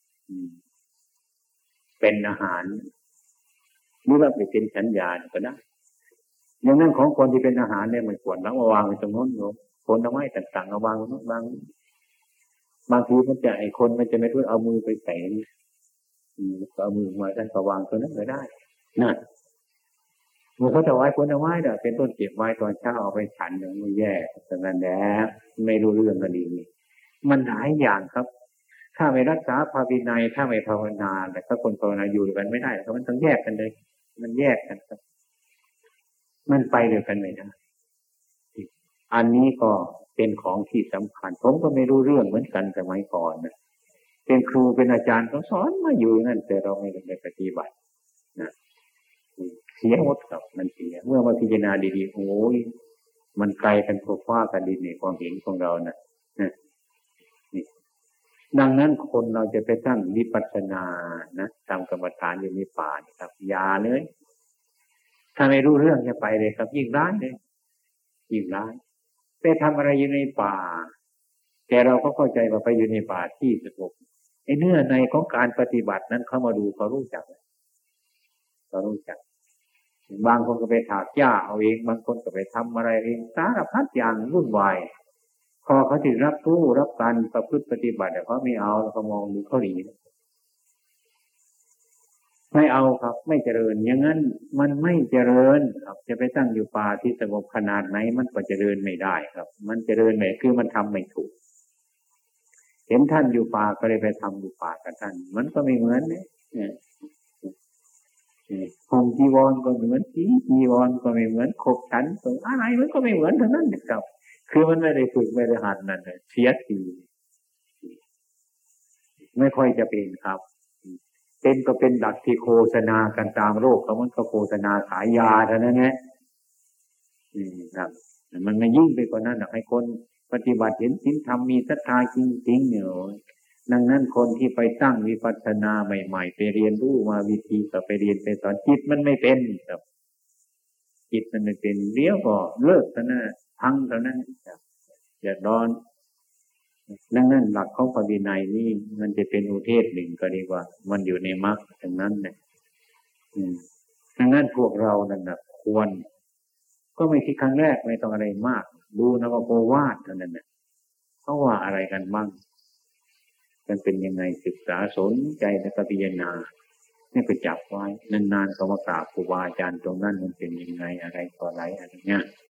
เป็นอาหารหรือว่าไปเป็นฉันยาก็ได้อย่างนั้นของคนที่เป็นอาหารเนี่ยไม่ควรแล้ววางไว้ตรงโน้นโยมคนเอาไม้ต่างๆเอาวางบางทีมันจะไอ้คนมันจะไม่รู้เอามือไปแตะเอามือมาท่านก็วางตัวนั้นก็ได้นั่นเมื่อเขาจะไว้คนเอาไม้เนี่ยเป็นต้นเก็บไว้ตอนเช้าเอาไปฉันอย่างนี้แย่แต่นั้นแหละไม่รู้เรื่องก็ดีนี่มันหลายอย่างครับถ้าไม่รักษาภาวินัยถ้าไม่ภาวนาแต่ถ้าคนภาวนาอยู่ด้วยกันไม่ได้เพราะมันต้องแยกกันเลยมันแยกกันครับมันไปเดียวกันไม่ได้อันนี้ก็เป็นของที่สำคัญผมก็ไม่รู้เรื่องเหมือนกันสมัยก่อนนะเป็นครูเป็นอาจารย์เขาสอนมาอยู่นั่นแต่เราไม่ได้ปฏิบัตินะเสียหมดกับมันเสียเมื่อมาพิจารณาดีๆโอ้ยมันไกลกันพวกฟ้ากันดินในความเห็นของเรานะนี่ดังนั้นคนเราจะไปตั้งวิปัสสนานะทำกรรมฐานอยู่ในป่าครับอย่าเลยถ้าไม่รู้เรื่องจะไปเลยครับยิ่งร้ายเลยยิ่งร้ายไปทำอะไรอยู่ในป่าแต่เราก็เข้าใจว่าไปอยู่ในป่าที่สงบไอ้เนื้อในของการปฏิบัตินั้นเขามาดูเขารู้จักบางคนก็ไปถากหญ้าเอาเองบางคนก็ไปทำอะไรเองสารพัดอย่างวุ่นวายพอเขาถึงรับรู้รับการประพฤติปฏิบัติเขาไม่เอาแล้วก็มองดูเขาหนีไม่เอาครับไม่เจริญอย่างนั้นมันไม่เจริญครับจะไปตั้งอยู่ป่าที่สงบขนาดไหนมันก็เจริญไม่ได้ครับมันเจริญไม่คือมันทำไม่ถูกเห็นท่านอยู่ป่าก็เลยไปทำอยู่ป่ากับท่านมันก็ไม่เหมือนเนี่ยห่มจีวรก็เหมือนจีวรก็ไม่เหมือนขบฉันก็อะไรมันก็ไม่เหมือนทั้งนั้นนะครับคือมันไม่ได้ฝึกไม่ได้หัดนั่นเลยเสียทีไม่ค่อยจะเป็นครับเป็นก็เป็นดักที่โฆษณากันตามโลกเขามันก็โฆษณาขายยาเท่านั้นแหละครับมันไม่ยิ่งไปกว่านั้นให้คนปฏิบัติเห็นศีลธรรมมีศรัทธาจริงๆเนี่ยดังนั้นคนที่ไปตั้งวิปัสสนาใหม่ๆไปเรียนรู้มาวิธีก็ไปเรียนไปสอนจิตมันไม่เป็นครับจิตมันไม่เป็นเลี้ยวก็เลิกเท่านั้นพังเท่านั้นเดือดร้อนดังนั้นหลักของพระวินัยนี่มันจะเป็นอุเทศหนึ่งก็ดีกว่ามันอยู่ในมรรคดังนั้นเนี่ยดังนั้นพวกเรานั่นนะควรก็ไม่คิดครั้งแรกไม่ต้องอะไรมากดูนะว่าโอวาทเท่านั้นเนี่ยเขาว่าอะไรกันบ้างมันเป็นยังไงศึกษาสนใจแล้วก็พิจารณาเนี่ยไปจับไว้นานๆก็มากราบครูบาอาจารย์ตรงนั้นมันเป็นยังไงอะไรต่ออะไรอะไรเงี้ย